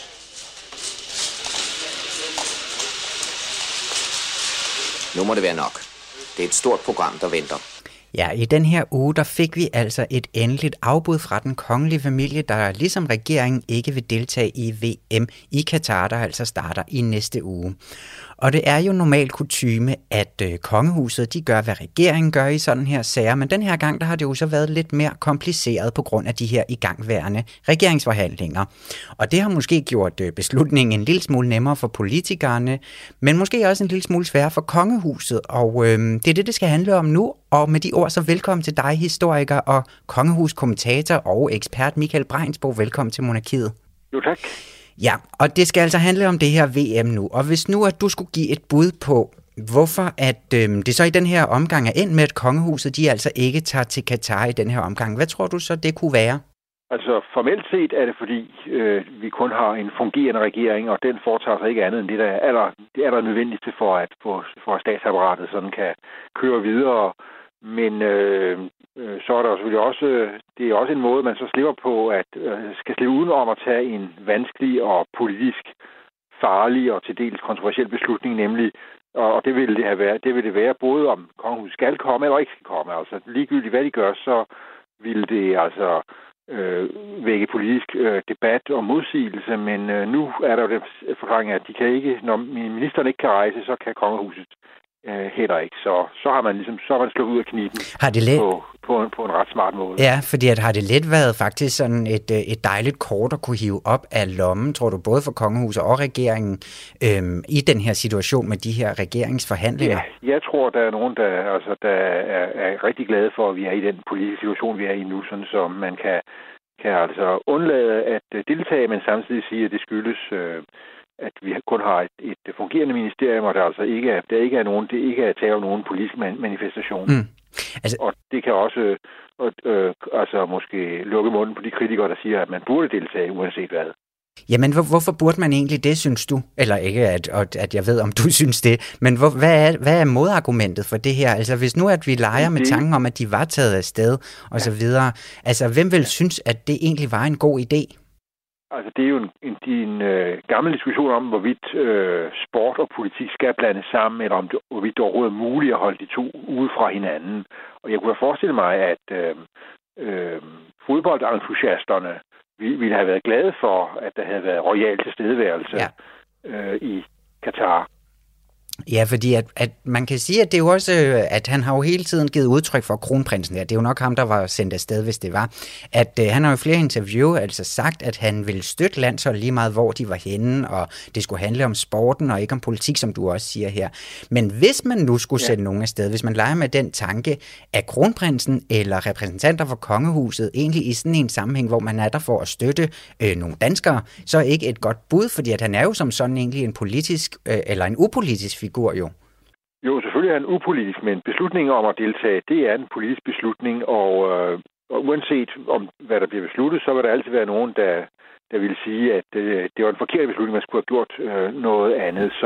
Nu må det være nok. Det er et stort program, der venter. Ja, i den her uge, der fik vi altså et endeligt afbud fra den kongelige familie, der ligesom regeringen ikke vil deltage i V M i Katar, der altså starter i næste uge. Og det er jo normalt kutyme, at øh, kongehuset, de gør, hvad regeringen gør i sådan her sager, men den her gang, der har det jo så været lidt mere kompliceret på grund af de her igangværende regeringsforhandlinger. Og det har måske gjort øh, beslutningen en lille smule nemmere for politikerne, men måske også en lille smule sværere for kongehuset, og øh, det er det, det skal handle om nu. Og med de ord, så velkommen til dig, historiker og kongehuskommentator og ekspert Michael Breinsbo. Velkommen til Monarkiet. Jo, tak. Ja, og det skal altså handle om det her V M nu. Og hvis nu, at du skulle give et bud på, hvorfor at øhm, det så i den her omgang er endt med, at kongehuset, de altså ikke tager til Katar i den her omgang. Hvad tror du så, det kunne være? Altså formelt set er det, fordi øh, vi kun har en fungerende regering, og den foretager sig ikke andet end det, der er aller, det er der nødvendigt for, at, for, for at statsapparatet sådan kan køre videre. Men øh, øh, så er der selvfølgelig også, det er også en måde, man så slipper på, at øh, skal slippe udenom at tage en vanskelig og politisk farlig og til dels kontroversiel beslutning, nemlig, og det vil det, have været, det vil det være både om kongehuset skal komme eller ikke skal komme. Altså ligegyldigt hvad de gør, så vil det altså øh, vække politisk øh, debat og modsigelse, men øh, nu er der jo den forklaring, at de kan ikke, når ministeren ikke kan rejse, så kan kongehuset heller ikke. Så, så har man ligesom så har man slået ud af kniben har det let... på, på, en, på en ret smart måde. Ja, fordi at har det let været faktisk sådan et, et dejligt kort at kunne hive op af lommen, tror du, både for kongehuset og regeringen øhm, i den her situation med de her regeringsforhandlinger? Ja, jeg tror, der er nogen, der, altså, der er, er rigtig glade for, at vi er i den politiske situation, vi er i nu, sådan så man kan, kan altså undlade at deltage, men samtidig sige, at det skyldes øh, at vi kun har et, et fungerende ministerium, og der altså ikke er, der ikke er nogen, det ikke er tale om nogen politisk manifestation. Mm. Altså... Og det kan også øh, altså måske lukke munden på de kritikere, der siger, at man burde deltage, uanset hvad. Jamen, hvor, hvorfor burde man egentlig det, synes du? Eller ikke, at, at jeg ved, om du synes det, men hvor, hvad, er, hvad er modargumentet for det her? Altså, hvis nu, at vi leger med tanken om, at de var taget afsted, og ja. så videre, altså, hvem vil synes, at det egentlig var en god idé? Altså, det er jo en, en, en øh, gammel diskussion om, hvorvidt øh, sport og politik skal blandes sammen, eller om det, hvorvidt det overhovedet er muligt at holde de to ude fra hinanden. Og jeg kunne forestille mig, at øh, øh, fodboldentusiasterne ville have været glade for, at der havde været royal tilstedeværelse ja. øh, i Katar. Ja, fordi at, at man kan sige, at det er jo også, at han har jo hele tiden givet udtryk for kronprinsen her. Det er jo nok ham, der var sendt afsted, hvis det var. At øh, han har jo flere interview altså sagt, at han ville støtte landsholdet lige meget, hvor de var henne, og det skulle handle om sporten og ikke om politik, som du også siger her. Men hvis man nu skulle ja. sende nogen afsted, hvis man leger med den tanke, at kronprinsen eller repræsentanter for kongehuset egentlig i sådan en sammenhæng, hvor man er der for at støtte øh, nogle danskere, så er ikke et godt bud, fordi at han er jo som sådan egentlig en politisk øh, eller en upolitisk figur jo. Jo, selvfølgelig er han upolitisk, men beslutningen om at deltage, det er en politisk beslutning, og, øh, og uanset om hvad der bliver besluttet, så vil der altid være nogen, der, der vil sige, at øh, det var en forkert beslutning, man skulle have gjort øh, noget andet. Så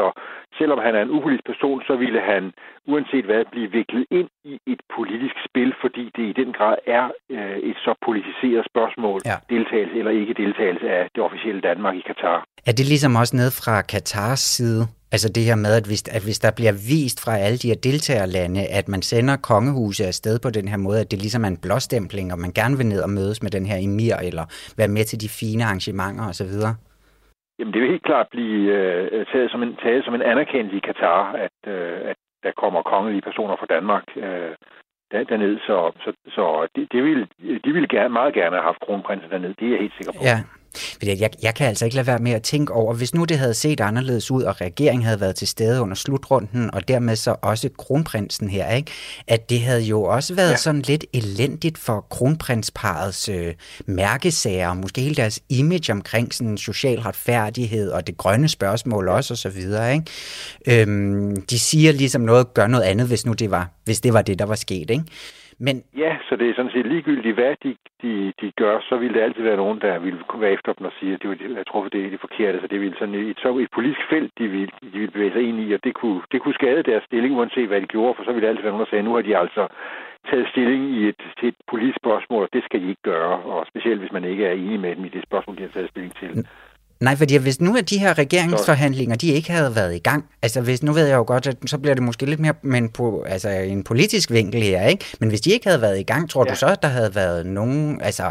selvom han er en upolitisk person, så ville han uanset hvad blive viklet ind i et politisk spil, fordi det i den grad er øh, et så politiseret spørgsmål, ja. deltagelse eller ikke deltagelse af det officielle Danmark i Katar. Er det ligesom også ned fra Katars side? Altså det her med, at hvis, at hvis der bliver vist fra alle de her deltagerlande, at man sender kongehuset afsted på den her måde, at det ligesom er en blåstempling, og man gerne vil ned og mødes med den her emir, eller være med til de fine arrangementer osv.? Jamen det vil helt klart blive øh, taget, som en, taget som en anerkendelse i Katar, at, øh, at der kommer kongelige personer fra Danmark øh, derned, så, så, så det, det vil, de ville gerne, meget gerne have haft kronprinsen derned, det er jeg helt sikker på. Ja. Jeg, jeg kan altså ikke lade være med at tænke over, hvis nu det havde set anderledes ud, og regeringen havde været til stede under slutrunden, og dermed så også kronprinsen her, ikke? At det havde jo også været ja. sådan lidt elendigt for kronprinsparets øh, mærkesager, måske hele deres image omkring sådan social retfærdighed, og det grønne spørgsmål også, og så videre, ikke? Øhm, de siger ligesom noget, gør noget andet, hvis nu det var, hvis det var det, der var sket, ikke? Men... Ja, så det er sådan set ligegyldigt, hvad de, de, de gør, så vil der altid være nogen, der vil kunne være efter dem og sige, at det var, jeg tror, det er det forkerte. Så det vil sådan et, så et politisk felt, de vil, de vil bevæge sig ind i, og det kunne, det kunne skade deres stilling, uanset hvad de gjorde, for så vil der altid være nogen, der sagde, nu har de altså taget stilling i et, til et politisk spørgsmål, og det skal de ikke gøre, og specielt hvis man ikke er enig med dem i det spørgsmål, de har taget stilling til. Nej, fordi hvis nu at de her regeringsforhandlinger, de ikke havde været i gang, altså hvis, nu ved jeg jo godt, at så bliver det måske lidt mere men på, altså en politisk vinkel her, ikke? Men hvis de ikke havde været i gang, tror ja. du så, at der havde været nogen, altså,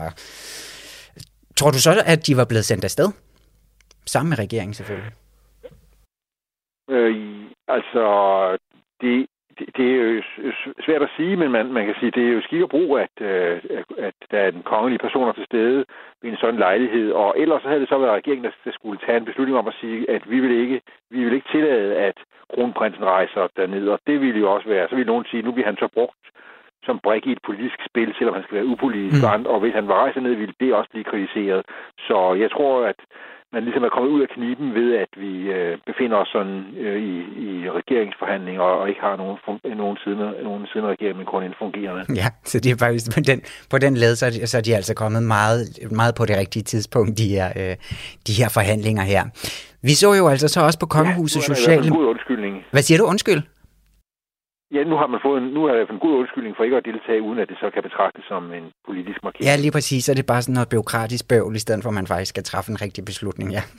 tror du så, at de var blevet sendt afsted? Sammen med regeringen selvfølgelig. Øh, altså, det, det, det er jo svært at sige, men man, man kan sige, det er jo skik og brug, at, at der er den kongelige personer til stede ved en sådan lejlighed. Og ellers så havde det så været regeringen, der skulle tage en beslutning om at sige, at vi vil ikke, vi vil ikke tillade, at kronprinsen rejser derned. Og det ville jo også være, så ville nogen sige, nu bliver han så brugt som brik i et politisk spil, selvom han skal være upolitisk. Mm. Og hvis han var rejser ned, ville det også blive kritiseret. Så jeg tror, at man ligesom er kommet ud af kniben ved, at vi øh, befinder os sådan øh, i, i regeringsforhandlinger og ikke har nogen, fun- nogen, siden, nogen siden regering, men kun en fungerende. Ja, så det er faktisk på den, på den led, så er, de, så er de altså kommet meget, meget på det rigtige tidspunkt, de her, øh, de her forhandlinger her. Vi så jo altså så også på Kongehuset ja, sociale... en god undskyldning. Hvad siger du? Undskyld? Ja, nu har man fået en, nu har jeg en god undskyldning for ikke at deltage, uden at det så kan betragtes som en politisk markering. Ja, lige præcis. Så er det bare sådan noget bureaukratisk bøvl, i stedet for at man faktisk skal træffe en rigtig beslutning, ja.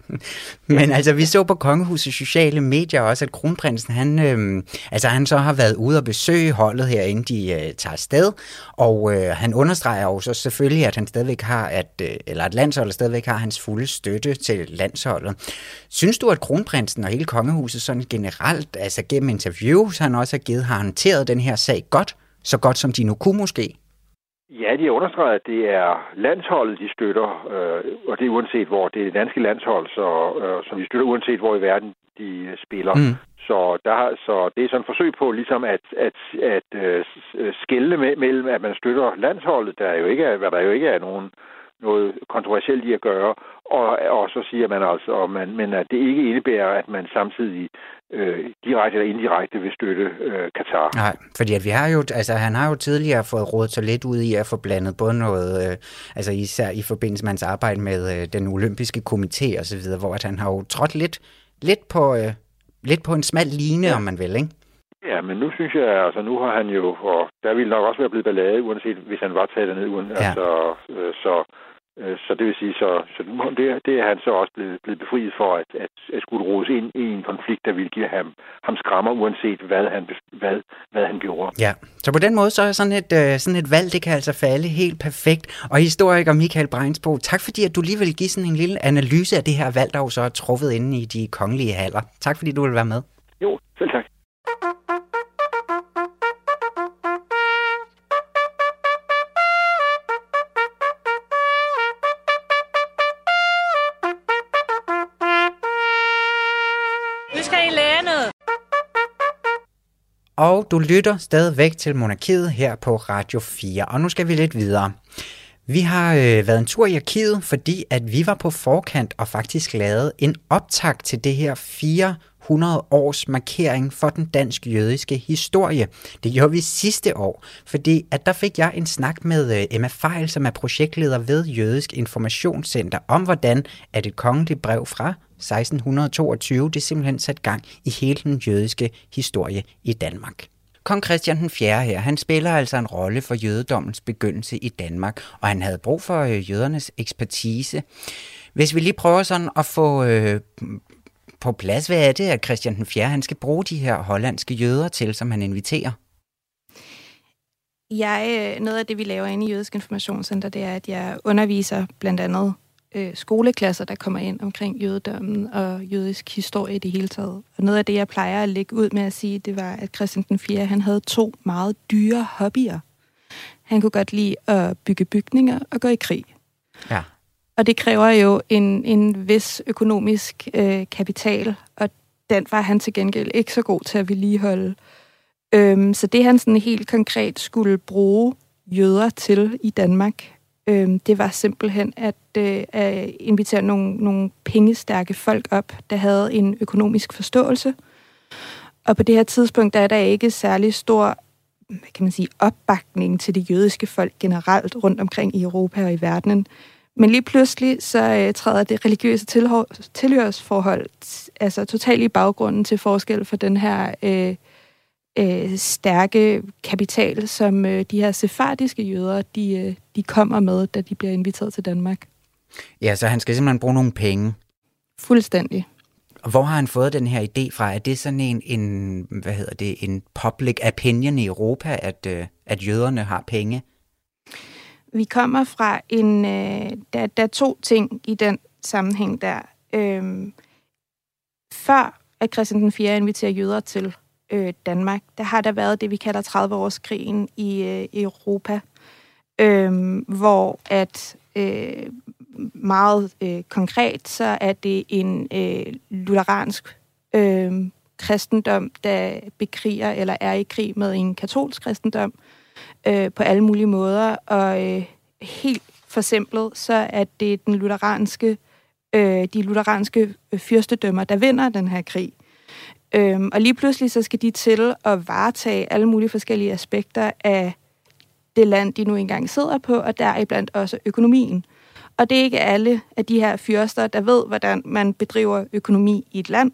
Men altså, vi så på Kongehusets sociale medier også, at kronprinsen, han, øh, altså, han så har været ude og besøge holdet her, inden de øh, tager afsted, og øh, han understreger jo så selvfølgelig, at han stadigvæk har, at, øh, eller at landsholdet stadigvæk har hans fulde støtte til landsholdet. Synes du, at kronprinsen og hele kongehuset sådan generelt, altså gennem interviews, han også har givet, har håndteret den her sag godt, så godt som de nu kunne måske? Ja, de har understreget, at det er landsholdet, de støtter, øh, og det er uanset hvor. Det er det danske landshold, så, øh, som de støtter uanset hvor i verden de spiller. Mm. Så, der, så det er sådan et forsøg på ligesom at, at, at øh, skelne med, mellem, at man støtter landsholdet, der jo ikke er, hvad der jo ikke er nogen noget kontroversielt i at gøre, og, og så siger man altså, at man, men at det ikke indebærer, at man samtidig øh, direkte eller indirekte vil støtte øh, Katar. Nej, fordi at vi har jo, altså han har jo tidligere fået rådet så lidt ud i at få blandet både noget, øh, altså især i forbindelse med hans arbejde med øh, den olympiske komité og så videre, hvor at han har jo trådt lidt, lidt på, øh, lidt på en smal line, ja. Om man vil, ikke? Ja, men nu synes jeg, altså nu har han jo, og der ville nok også være blevet ballade, uanset hvis han var taget derned, uden, ja. altså, øh, så, øh, så det vil sige, så, så det, det er han så også blevet, blevet befriet for, at, at, at skulle rodes ind i en konflikt, der ville give ham, ham skrammer, uanset hvad han, hvad, hvad han gjorde. Ja, så på den måde, så er sådan et, øh, sådan et valg, det kan altså falde helt perfekt. Og historiker Michael Breinsbo, tak fordi, at du lige vil give sådan en lille analyse af det her valg, der jo så er truffet inde i de kongelige haller. Tak fordi du vil være med. Jo, selv tak. Og du lytter stadigvæk til Monarkiet her på Radio fire. Og nu skal vi lidt videre. Vi har øh, været en tur i arkivet, fordi at vi var på forkant og faktisk lavede en optakt til det her fire hundrede års markering for den dansk-jødiske historie. Det gjorde vi sidste år, fordi at der fik jeg en snak med øh, Emma Fejl, som er projektleder ved Jødisk Informationscenter, om hvordan at et kongeligt brev fra seksten toogtyve det simpelthen satte gang i hele den jødiske historie i Danmark. Kong Christian den fjerde her, han spiller altså en rolle for jødedommens begyndelse i Danmark, og han havde brug for øh, jødernes ekspertise. Hvis vi lige prøver sådan at få øh, på plads, hvad er det, at Christian den fjerde han skal bruge de her hollandske jøder til, som han inviterer? Jeg, noget af det, vi laver inde i Jødisk Informationscenter, det er, at jeg underviser blandt andet øh, skoleklasser, der kommer ind omkring jødedommen og jødisk historie i det hele taget. Og noget af det, jeg plejer at lægge ud med at sige, det var, at Christian den fjerde han havde to meget dyre hobbyer. Han kunne godt lide at bygge bygninger og gå i krig. Ja. Og det kræver jo en, en vis økonomisk øh, kapital, og den var han til gengæld ikke så god til at vedligeholde. Øhm, så det han sådan helt konkret skulle bruge jøder til i Danmark, øhm, det var simpelthen at, øh, at invitere nogle, nogle pengestærke folk op, der havde en økonomisk forståelse. Og på det her tidspunkt der er der ikke særlig stor, hvad kan man sige, opbakning til det jødiske folk generelt rundt omkring i Europa og i verdenen. Men lige pludselig så øh, træder det religiøse tilhør- tilhørsforhold altså totalt i baggrunden til forskel for den her øh, øh, stærke kapital, som øh, de her sefardiske jøder, de, øh, de kommer med, da de bliver inviteret til Danmark. Ja, så han skal simpelthen bruge nogle penge. Fuldstændig. Og hvor har han fået den her idé fra? Er det sådan en, en hvad hedder det, en public opinion i Europa, at, øh, at jøderne har penge? Vi kommer fra en... Øh, der, der er to ting i den sammenhæng der. Øhm, før at Christian den fjerde inviterer jøder til øh, Danmark, der har der været det, vi kalder tredive-årskrigen i øh, Europa, øh, hvor at øh, meget øh, konkret, så er det en øh, lutheransk øh, kristendom, der bekriger eller er i krig med en katolsk kristendom, Øh, på alle mulige måder, og øh, helt forsimplet, så er det den lutheranske, øh, de lutheranske fyrstedømmer, der vinder den her krig. Øhm, og lige pludselig så skal de til at varetage alle mulige forskellige aspekter af det land, de nu engang sidder på, og deriblandt også økonomien. Og det er ikke alle af de her fyrster, der ved, hvordan man bedriver økonomi i et land.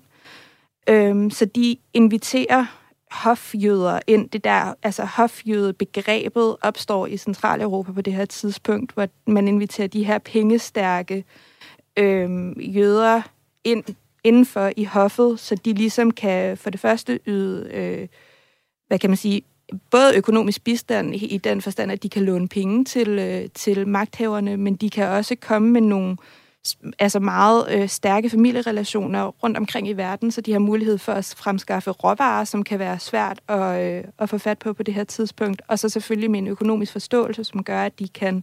Øhm, så de inviterer hofjøder ind. Det der, altså hofjøde-begrebet opstår i Centraleuropa på det her tidspunkt, hvor man inviterer de her pengestærke øhm, jøder ind indenfor i hoffet, så de ligesom kan for det første yde, øh, hvad kan man sige, både økonomisk bistand i den forstand, at de kan låne penge til, øh, til magthaverne, men de kan også komme med nogle altså meget øh, stærke familierelationer rundt omkring i verden, så de har mulighed for at fremskaffe råvarer, som kan være svært at, øh, at få fat på på det her tidspunkt. Og så selvfølgelig med en økonomisk forståelse, som gør, at de kan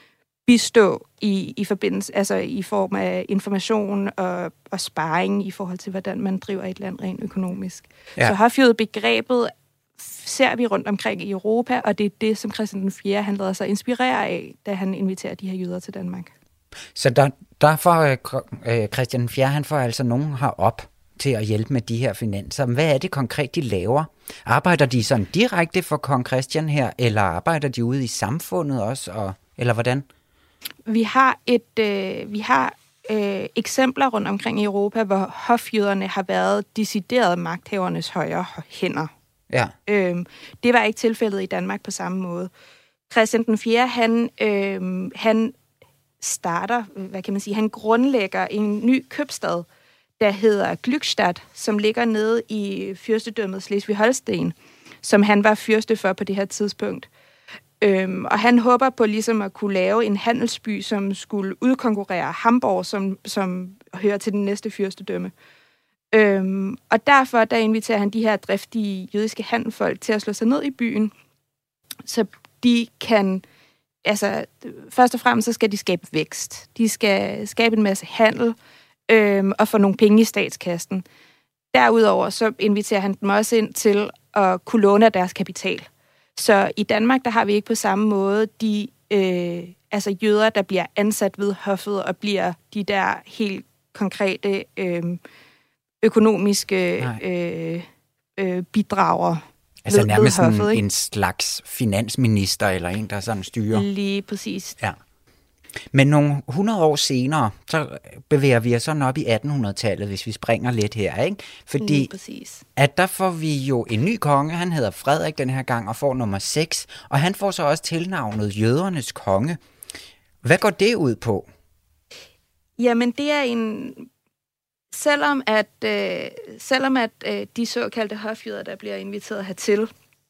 bistå i, i forbindelse, altså i form af information og, og sparring i forhold til, hvordan man driver et land rent økonomisk. Ja. Så hofjøde-begrebet ser vi rundt omkring i Europa, og det er det, som Christian den fjerde han lader sig inspirere af, da han inviterer de her jøder til Danmark. Så der, der får øh, Christian den fjerde, han får altså nogen herop til at hjælpe med de her finanser. Hvad er det konkret, de laver? Arbejder de sådan direkte for kong Christian her, eller arbejder de ude i samfundet også, og, eller hvordan? Vi har et, øh, vi har øh, eksempler rundt omkring i Europa, hvor hofjøderne har været decideret magthavernes højre hænder. Ja. Øhm, det var ikke tilfældet i Danmark på samme måde. Christian den fjerde, han, øh, han starter, hvad kan man sige, han grundlægger en ny købstad, der hedder Glückstadt, som ligger nede i fyrstedømmet Slesvig-Holsten, som han var fyrste for på det her tidspunkt. Øhm, og han håber på ligesom at kunne lave en handelsby, som skulle udkonkurrere Hamburg, som, som hører til den næste fyrstedømme. Øhm, og derfor der inviterer han de her driftige jødiske handelsfolk til at slå sig ned i byen, så de kan, altså først og fremmest så skal de skabe vækst. De skal skabe en masse handel øhm, og få nogle penge i statskassen. Derudover så inviterer han dem også ind til at kunne låne deres kapital. Så i Danmark, der har vi ikke på samme måde de øh, altså jøder, der bliver ansat ved hoffet og bliver de der helt konkrete øh, økonomiske øh, øh, bidrager. Altså ved, nærmest ved hoffet, en, en slags finansminister eller en, der sådan styrer. Lige præcis. Ja. Men nogle hundrede år senere, så bevæger vi os sådan op i attenhundredetallet, hvis vi springer lidt her, ikke? Fordi at der får vi jo en ny konge, han hedder Frederik den her gang, og får nummer seks, og han får så også tilnavnet jødernes konge. Hvad går det ud på? Jamen, det er en... Selvom at, øh, selvom at øh, de såkaldte hofjøder, der bliver inviteret hertil,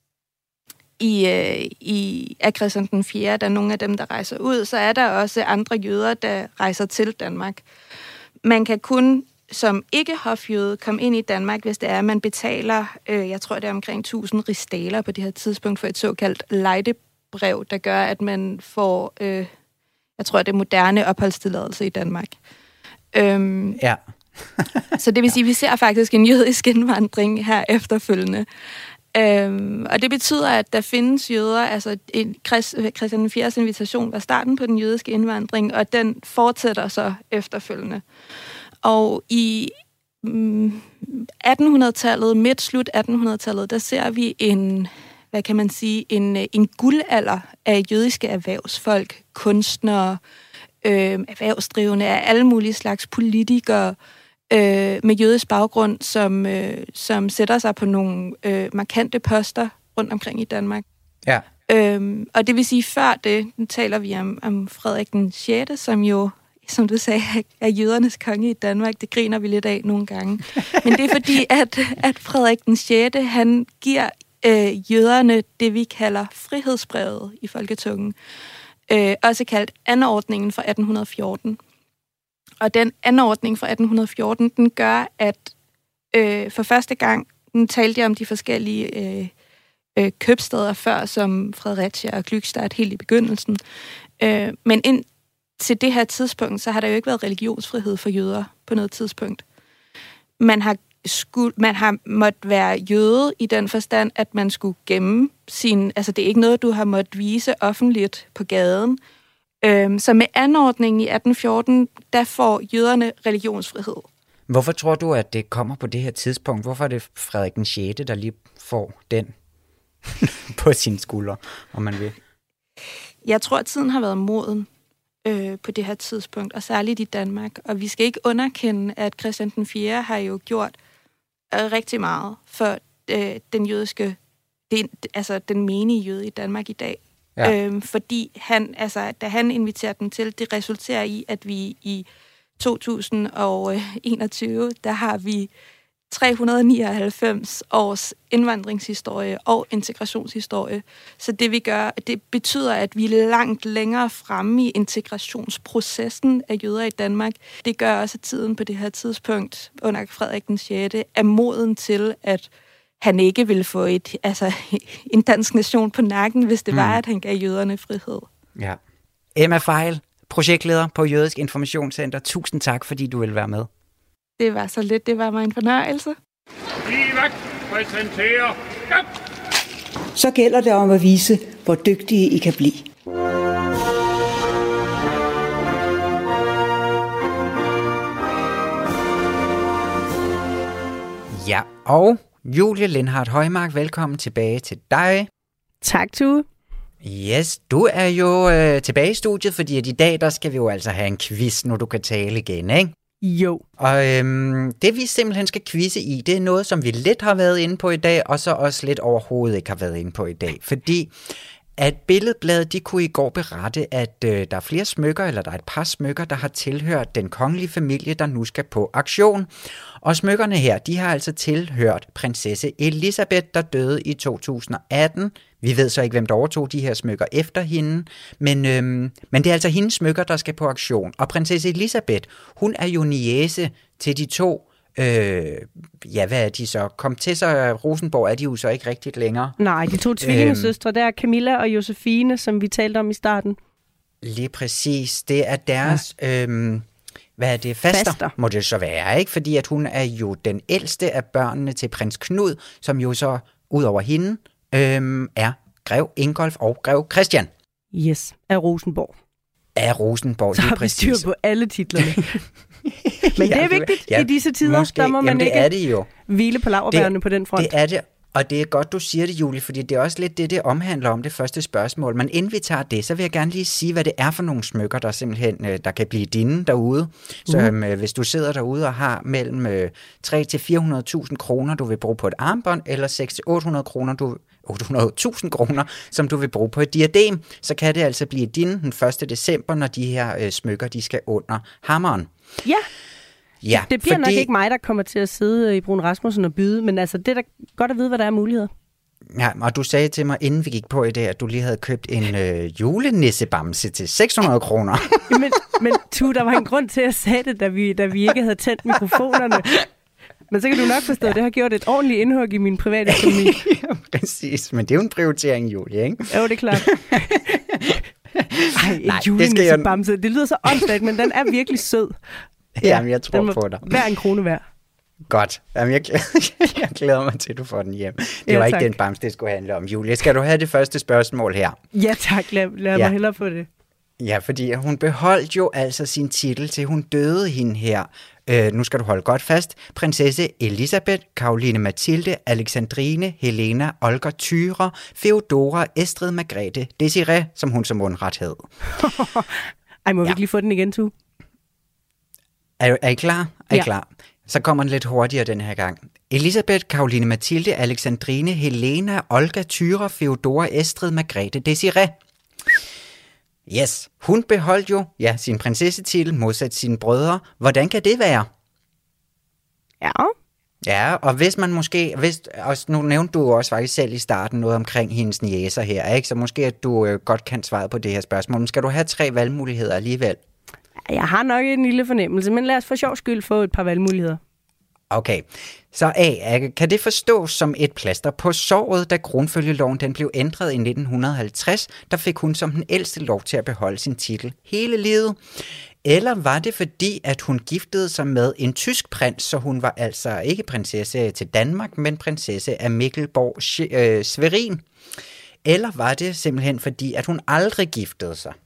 i, øh, i af Christian den fjerde, der er nogle af dem, der rejser ud, så er der også andre jøder, der rejser til Danmark. Man kan kun som ikke-hofjøde komme ind i Danmark, hvis det er, at man betaler, øh, jeg tror, det er omkring tusind rigsdaler på det her tidspunkt, for et såkaldt lejdebrev, der gør, at man får, øh, jeg tror, det er moderne opholdstilladelse i Danmark. Øhm, ja. Så det vil sige, at vi ser faktisk en jødisk indvandring her efterfølgende. Øhm, og det betyder, at der findes jøder, altså en, Christian den fjerdes invitation var starten på den jødiske indvandring, og den fortsætter så efterfølgende. Og i mm, attenhundredetallet, midt slut attenhundredetallet, der ser vi en, hvad kan man sige, en, en guldalder af jødiske erhvervsfolk, kunstnere, øh, erhvervsdrivende, af alle mulige slags politikere, Øh, med jødisk baggrund, som, øh, som sætter sig på nogle øh, markante poster rundt omkring i Danmark. Ja. Øhm, og det vil sige, før det, nu taler vi om, om Frederik den sjette, som jo, som du sagde, er jødernes konge i Danmark. Det griner vi lidt af nogle gange. Men det er fordi, at, at Frederik den sjette, han giver øh, jøderne det, vi kalder frihedsbrevet i folketungen. Øh, også kaldt anordningen fra atten fjorten. Og den anordning fra atten fjorten, den gør, at øh, for første gang, nu talte jeg om de forskellige øh, øh, købsteder før, som Fredericia og Glückstadt helt i begyndelsen. Øh, men ind til det her tidspunkt, så har der jo ikke været religionsfrihed for jøder på noget tidspunkt. Man har, skulle, man har måttet være jøde i den forstand, at man skulle gemme sin... Altså det er ikke noget, du har måttet vise offentligt på gaden. Så med anordningen i atten fjorten, der får jøderne religionsfrihed. Hvorfor tror du, at det kommer på det her tidspunkt? Hvorfor er det Frederik den sjette, der lige får den på sine skuldre, om man vil? Jeg tror, at tiden har været moden øh, på det her tidspunkt, og særligt i Danmark. Og vi skal ikke underkende, at Christian den fjerde har jo gjort øh, rigtig meget for øh, den jødiske, den, altså den menige jøde i Danmark i dag. Ja. Øhm, fordi han, altså, da han inviterer dem til, det resulterer i, at vi i to tusind enogtyve, der har vi tre hundrede nioghalvfems års indvandringshistorie og integrationshistorie. Så det vi gør, det betyder, at vi er langt længere fremme i integrationsprocessen af jøder i Danmark. Det gør også, at tiden på det her tidspunkt under Frederik den sjette er moden til, at han ikke ville få et, altså, en dansk nation på nakken, hvis det mm. var, at han gav jøderne frihed. Ja. Emma Fejl, projektleder på Jødisk Informationscenter. Tusind tak, fordi du ville være med. Det var så lidt. Det var mig en fornøjelse. Livet præsenterer. Så gælder det om at vise, hvor dygtige I kan blive. Ja, og Julie Lindhardt Højmark, velkommen tilbage til dig. Tak, Tue. Yes, du er jo øh, tilbage i studiet, fordi at i dag, der skal vi jo altså have en quiz, når du kan tale igen, ikke? Jo. Og øhm, det vi simpelthen skal quizze i, det er noget, som vi lidt har været inde på i dag, og så også lidt overhovedet ikke har været inde på i dag. Fordi at Billedbladet, de kunne i går berette, at øh, der er flere smykker, eller der er et par smykker, der har tilhørt den kongelige familie, der nu skal på auktion. Og smykkerne her, de har altså tilhørt prinsesse Elisabeth, der døde i to tusind atten. Vi ved så ikke, hvem der overtog de her smykker efter hende, men, øhm, men det er altså hendes smykker, der skal på auktion. Og prinsesse Elisabeth, hun er jo niece til de to, øh, ja, hvad er de så? Kom til sig, Rosenborg er de jo så ikke rigtigt længere. Nej, de to tvillingesøstre, der er Camilla og Josefine, som vi talte om i starten. Lige præcis, det er deres... Ja. Øhm, Hvad er det? Faster, Faster, må det så være, ikke? Fordi at hun er jo den ældste af børnene til prins Knud, som jo så, ud over hende, øhm, er grev Ingolf og grev Christian. Yes, af Rosenborg. Af Rosenborg, så lige har vi styr på alle titlerne. Men det er vigtigt ja, i disse tider, måske, der må man jamen, det ikke er det jo. hvile på laurbærrene på den front. Det er det, og det er godt, du siger det, Julie, fordi det er også lidt det, det omhandler om det første spørgsmål. Men inden vi tager det, så vil jeg gerne lige sige, hvad det er for nogle smykker, der simpelthen der kan blive dine derude. Så uh. øh, hvis du sidder derude og har mellem øh, tre til fire hundrede tusind kroner, du vil bruge på et armbånd, eller seks til otte hundrede kroner, du otte hundrede tusind kroner, som du vil bruge på et diadem, så kan det altså blive dine den første december, når de her øh, smykker, de skal under hammeren. Ja. Ja, det bliver fordi... nok ikke mig, der kommer til at sidde i Brun Rasmussen og byde, men altså, det er da godt at vide, hvad der er muligheder. Ja, og du sagde til mig, inden vi gik på i det, at du lige havde købt en øh, julenissebamse til seks hundrede kroner. men, men Tu, der var en grund til, at jeg sagde det, da vi, da vi ikke havde tændt mikrofonerne. Men så kan du nok forstå, at det har gjort et ordentligt indhug i min private økonomi. Ja, præcis. Men det er jo en prioritering, Julie, ikke? Jo, det er klart. Ej, en julenissebamse. Jeg... Det lyder så åndssvagt, men den er virkelig sød. Ja, Jamen, jeg tror på dig. Hver en krone værd. Godt. Jamen, jeg, glæder, jeg glæder mig til, at du får den hjem. Det ja, var tak. Ikke den bamse, det skulle handle om. Julie, skal du have det første spørgsmål her? Ja, tak. Lad, lad ja. mig hellere få det. Ja, fordi hun beholdt jo altså sin titel til hun døde hende her. Øh, nu skal du holde godt fast. Prinsesse Elisabeth, Caroline Mathilde, Alexandrine, Helena, Olga Thyra, Feodora, Estrid Margrethe, Desiree, som hun som mundret hed. Ej, må vi ja. ikke lige få den igen, Tu? Er, er I klar? Er I ja. klar? Så kommer den lidt hurtigere den her gang. Elisabeth, Caroline Mathilde, Alexandrine, Helena, Olga Thyra, Feodora, Estrid Margrethe, Desiree. Yes, hun beholdt jo ja, sin prinsessetitel modsat sine brødre. Hvordan kan det være? Ja. Ja, og hvis man måske, hvis, også, nu nævnte du også faktisk selv i starten noget omkring hendes niæser her, ikke? Så måske at du øh, godt kan svare på det her spørgsmål. Men skal du have tre valgmuligheder alligevel? Jeg har nok en lille fornemmelse, men lad os for sjov skyld få et par valgmuligheder. Okay, så A, kan det forstås som et plaster på såret, da kronfølgeloven den blev ændret i nitten halvtreds, der fik hun som den ældste lov til at beholde sin titel hele livet? Eller var det fordi, at hun giftede sig med en tysk prins, så hun var altså ikke prinsesse til Danmark, men prinsesse af Mikkelborg øh, Schwerin? Eller var det simpelthen fordi, at hun aldrig giftede sig?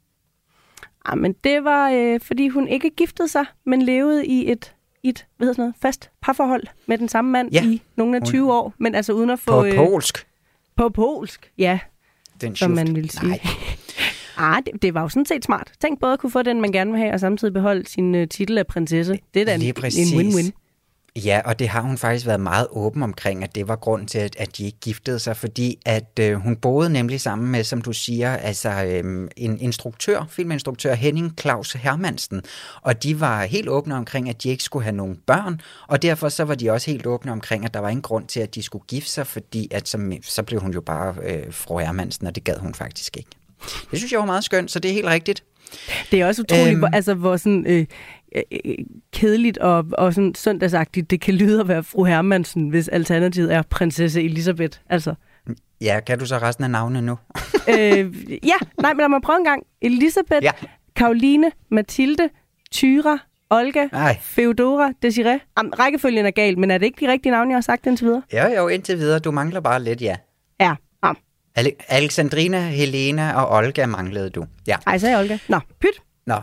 Ja, men det var øh, fordi hun ikke giftede sig, men levede i et, et hvad hedder sådan noget, fast parforhold med den samme mand ja, i nogle af tyve hun... år, men altså uden at få... På øh, polsk? På polsk, ja. Den som man ville sige. ah, det, det var jo sådan set smart. Tænk både at kunne få den, man gerne vil have, og samtidig beholde sin uh, titel af prinsesse. Det er da en, en win-win. Ja, og det har hun faktisk været meget åben omkring, at det var grunden til, at, at de ikke giftede sig, fordi at øh, hun boede nemlig sammen med, som du siger, altså øh, en instruktør, filminstruktør Henning Claus Hermansen, og de var helt åbne omkring, at de ikke skulle have nogen børn, og derfor så var de også helt åbne omkring, at der var ingen grund til, at de skulle gifte sig, fordi at så, så blev hun jo bare øh, fru Hermansen, og det gad hun faktisk ikke. Det synes jeg var meget skønt, så det er helt rigtigt. Det er også utroligt, øhm, hvor, altså, hvor sådan, øh, øh, kedeligt og, og sådan søndagsagtigt det kan lyde at være fru Hermansen, hvis alternativet er prinsesse Elisabeth. Altså. Ja, kan du så resten af navnene nu? øh, ja, nej, men lad mig prøve en gang. Elisabeth, ja. Caroline, Mathilde, Thyra, Olga, Ej. Feodora, Desiree. Jamen, rækkefølgen er galt, men er det ikke de rigtige navne, jeg har sagt indtil videre? Jo, jo, indtil videre. Du mangler bare lidt, ja. Ja, ja. Ale- Alexandrina, Helena og Olga manglede du. Ja. Ej, så er Olga. Nå, pyt. Nå,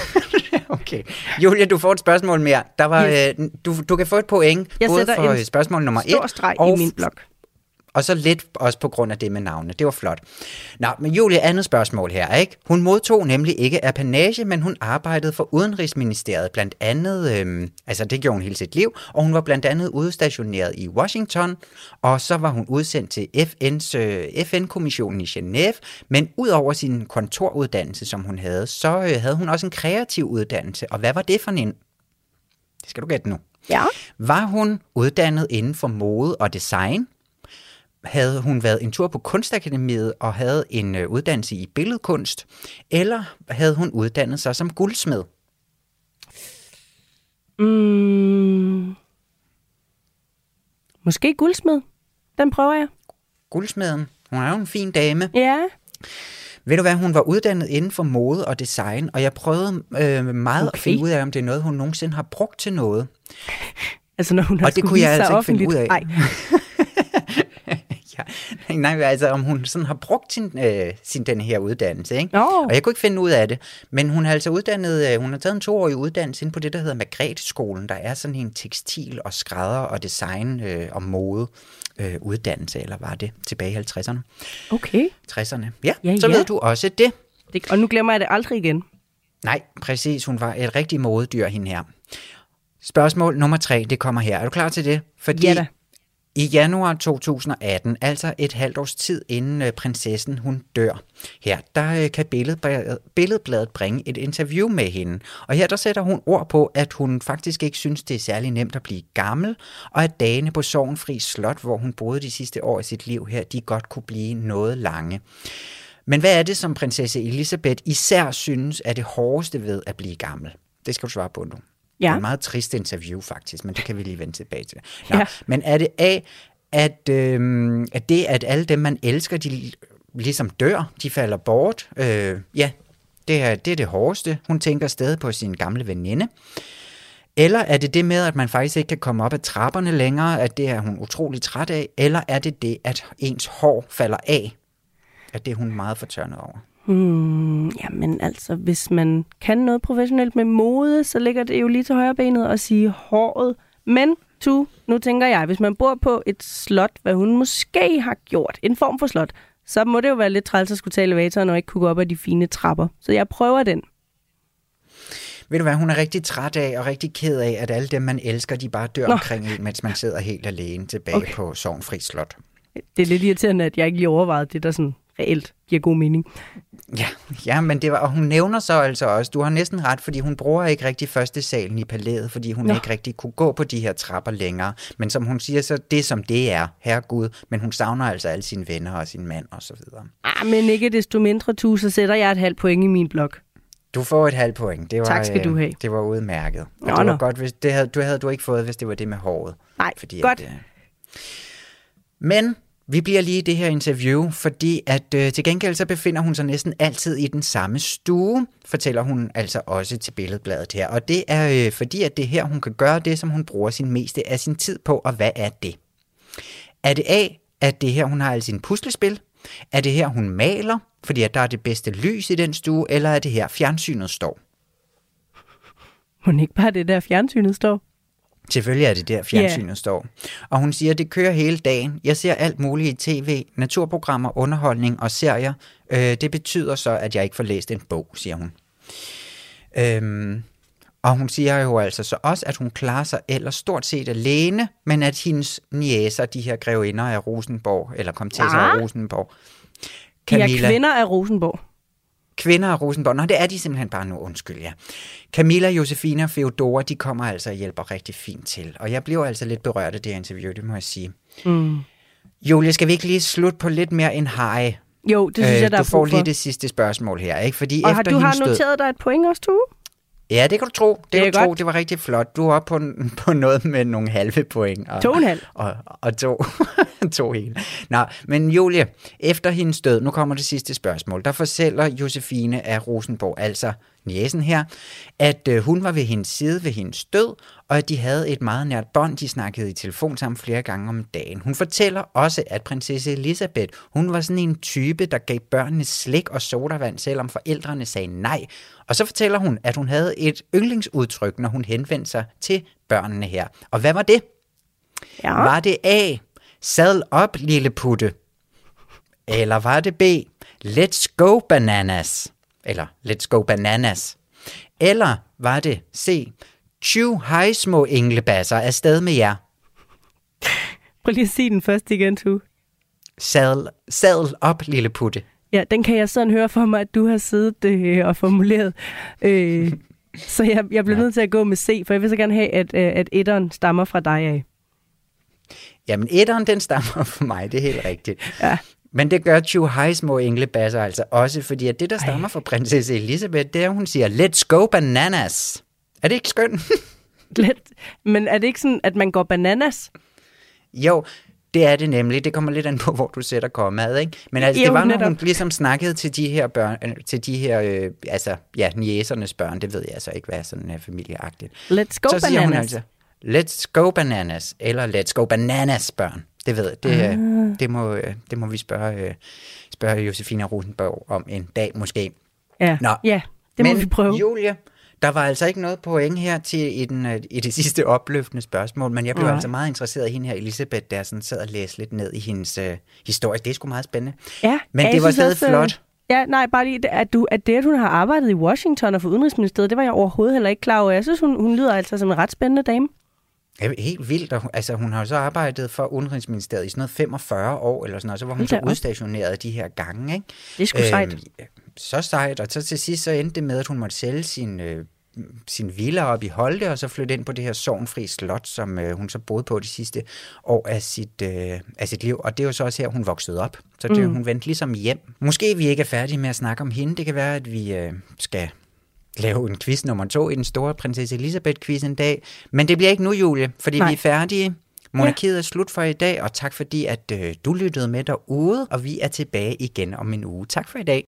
okay. Julia, du får et spørgsmål mere. Der var, yes. øh, du, du kan få et point, jeg både for spørgsmål nummer et. Stor streg og, i min blog. Og så lidt også på grund af det med navne. Det var flot. Nå, men Julie, andet spørgsmål her, ikke? Hun modtog nemlig ikke apanage, men hun arbejdede for Udenrigsministeriet blandt andet, øhm, altså det gjorde hun hele sit liv, og hun var blandt andet udstationeret i Washington, og så var hun udsendt til F N's, øh, F N-kommissionen i Genève, men ud over sin kontoruddannelse, som hun havde, så øh, havde hun også en kreativ uddannelse, og hvad var det for en? Det skal du gætte nu. Ja. Var hun uddannet inden for mode og design? Havde hun været en tur på Kunstakademiet og havde en øh, uddannelse i billedkunst, eller havde hun uddannet sig som guldsmed? Mm. Måske guldsmed. Den prøver jeg. Guldsmeden. Hun er jo en fin dame. Ja. Ved du hvad, hun var uddannet inden for mode og design, og jeg prøvede øh, meget okay. at finde ud af, om det er noget, hun nogensinde har brugt til noget. Altså når hun har og det kunne jeg altså ikke offentligt. finde ud af. Nej. Ja, nej, altså om hun sådan har brugt sin, øh, sin den her uddannelse, ikke? Oh. Og jeg kunne ikke finde ud af det, men hun har altså uddannet, øh, hun har taget en toårig uddannelse inde på det, der hedder Margrethe-skolen. Der er sådan en tekstil og skrædder og design øh, og mode øh, uddannelse, eller var det tilbage i halvtredserne? Okay. tresserne. Ja, ja så ja. ved du også det. det. Og nu glemmer jeg det aldrig igen. Nej, præcis. Hun var et rigtig modedyr, hende her. Spørgsmål nummer tre, det kommer her. Er du klar til det? Fordi ja da. I januar to tusind atten, altså et halvt års tid inden øh, prinsessen hun dør, her der øh, kan billedbladet, billedbladet bringe et interview med hende. Og her der sætter hun ord på, at hun faktisk ikke synes, det er særlig nemt at blive gammel, og at dagene på Sorgenfri Slot, hvor hun boede de sidste år i sit liv her, de godt kunne blive noget lange. Men hvad er det, som prinsesse Elisabeth især synes er det hårdeste ved at blive gammel? Det skal du svare på nu. Ja. Det er et meget trist interview faktisk, men det kan vi lige vende tilbage til. Nå, ja. Men er det A, at, øh, at det, at alle dem, man elsker, de ligesom dør, de falder bort? Øh, ja, det er, det er det hårdeste. Hun tænker stadig på sin gamle veninde. Eller er det det med, at man faktisk ikke kan komme op ad trapperne længere, at det er hun utrolig træt af? Eller er det det, at ens hår falder af? At det er hun meget fortørnet over? Hmm, jamen altså, hvis man kan noget professionelt med mode, så ligger det jo lige til højre benet at sige håret. Men, tu, nu tænker jeg, hvis man bor på et slot, hvad hun måske har gjort, en form for slot, så må det jo være lidt træls at skulle tage elevatoren og ikke kunne gå op ad de fine trapper. Så jeg prøver den. Ved du hvad, hun er rigtig træt af og rigtig ked af, at alle dem, man elsker, de bare dør Nå. omkring en, mens man sidder helt alene tilbage okay. på Sorgenfri Slot. Det er lidt irriterende, at jeg ikke lige overvejede det, der sådan reelt giver god mening. Ja, ja, men det var, og hun nævner så altså også, du har næsten ret, fordi hun bruger ikke rigtig første salen i palæet, fordi hun Nå. ikke rigtig kunne gå på de her trapper længere. Men som hun siger, så det som det er, herregud, men hun savner altså alle sine venner og sin mand og så videre. Ah, men ikke desto mindre, tu, så sætter jeg et halvt point i min blog. Du får et halvt point. Det var, tak skal du have. Det var udmærket. Og Nå, det var nå. godt, hvis det havde, du havde du ikke fået, hvis det var det med håret. Nej, fordi godt. At, men vi bliver lige i det her interview, fordi at øh, til gengæld så befinder hun sig næsten altid i den samme stue, fortæller hun altså også til Billedbladet her. Og det er øh, fordi, at det her, hun kan gøre det, som hun bruger sin meste af sin tid på. Og hvad er det? Er det A, at det her, hun har alle sine puslespil? Er det her, hun maler, fordi at der er det bedste lys i den stue? Eller er det her, fjernsynet står? Hun ikke bare det der, fjernsynet står? Selvfølgelig er det der, fjernsynet yeah. står. Og hun siger, det kører hele dagen. Jeg ser alt muligt i tv, naturprogrammer, underholdning og serier. Øh, det betyder så, at jeg ikke får læst en bog, siger hun. Øhm, og hun siger jo altså så også, at hun klarer sig ellers stort set alene, men at hendes niæser, de her grevinder af Rosenborg, eller komtesser af Rosenborg, Camilla, de er kvinder af Rosenborg. Kvinder af Rosenborg. Nå, det er de simpelthen bare nu, undskyld, ja. Camilla, Josefine og Feodora, de kommer altså og hjælper rigtig fint til. Og jeg bliver altså lidt berørt af det her interview, det må jeg sige. Mm. Julia, skal vi ikke lige slutte på lidt mere en hej? Jo, det synes øh, jeg, der er Du får lige det sidste spørgsmål her, ikke? Fordi og efter har, du har noteret stød... dig et point også, du? Ja, det kan du tro. Det, det kan du godt. tro, det var rigtig flot. Du er oppe på, på noget med nogle halve point. Og, to og en halv. Og, og to, to hele. Nå, men Julie, efter hendes død, nu kommer det sidste spørgsmål, der fortæller Josefine af Rosenborg, altså niecen her, at øh, hun var ved hendes side ved hendes død, og at de havde et meget nært bånd. De snakkede i telefon sammen flere gange om dagen. Hun fortæller også, at prinsesse Elisabeth, hun var sådan en type, der gav børnene slik og sodavand, selvom forældrene sagde nej. Og så fortæller hun, at hun havde et yndlingsudtryk, når hun henvendte sig til børnene her. Og hvad var det? Ja. Var det A, sadl op, lille putte? Eller var det B, let's go bananas? Eller let's go bananas? Eller var det C, tju hej små englebasser, afsted med jer? Prøv lige at sige den først igen, tu. Sadl, sadl op, lille putte. Ja, den kan jeg sådan høre for mig, at du har siddet øh, og formuleret. Øh, så jeg, jeg bliver ja. nødt til at gå med C, for jeg vil så gerne have, at, øh, at etteren stammer fra dig af. Jamen, etteren, den stammer fra mig, det er helt rigtigt. Ja. Men det gør tju hej små englebasser altså også, fordi at det, der stammer fra prinsesse Elisabeth, det er, hun siger, let's go bananas. Er det ikke skønt? Let, men er det ikke sådan, at man går bananas? Jo, det er det nemlig. Det kommer lidt an på, hvor du sætter kommaet, ikke? Men altså, jo, det var, når netop. Hun ligesom snakkede til de her børn, til de her, øh, altså, ja, niæsernes børn, det ved jeg altså ikke, hvad er sådan uh, familieagtigt. Let's go så bananas. Hun altså, Let's go bananas, eller let's go bananas, børn. Det ved jeg. Det, ah. det, må, det må vi spørge, spørge Josefine Rosenborg om en dag måske. Ja, Nå. ja det må Men, vi prøve. Julie, der var altså ikke noget point her til i, den, i det sidste opløftende spørgsmål, men jeg blev Nej. altså meget interesseret i hende her, Elisabeth, der sådan sad og læste lidt ned i hendes uh, historie. Det er sgu meget spændende. Ja, men det var stadig også, flot. Ja, nej, bare lige, at, du, at det, at hun har arbejdet i Washington og for Udenrigsministeriet, det var jeg overhovedet heller ikke klar over. Jeg synes, hun, hun lyder altså som en ret spændende dame. Ja, helt vildt. Altså, hun har jo så arbejdet for Udenrigsministeriet i sådan noget femogfyrre år, eller sådan noget, så var hun så udstationeret de her gange, ikke? Det er sgu øhm, sejt. Så sejt, og så til sidst så endte det med, at hun måtte sælge sin, øh, sin villa op i Holte, og så flytte ind på det her Sorgenfri Slot, som øh, hun så boede på de sidste år af sit, øh, af sit liv. Og det er jo så også her, hun voksede op. Så det, mm. hun vendte ligesom hjem. Måske vi ikke er færdige med at snakke om hende. Det kan være, at vi øh, skal lave en quiz nummer to i den store prinsesse Elisabeth-quiz en dag. Men det bliver ikke nu, Julie, fordi Nej. vi er færdige. Monarkiet er slut for i dag, og tak fordi, at øh, du lyttede med derude, og vi er tilbage igen om en uge. Tak for i dag.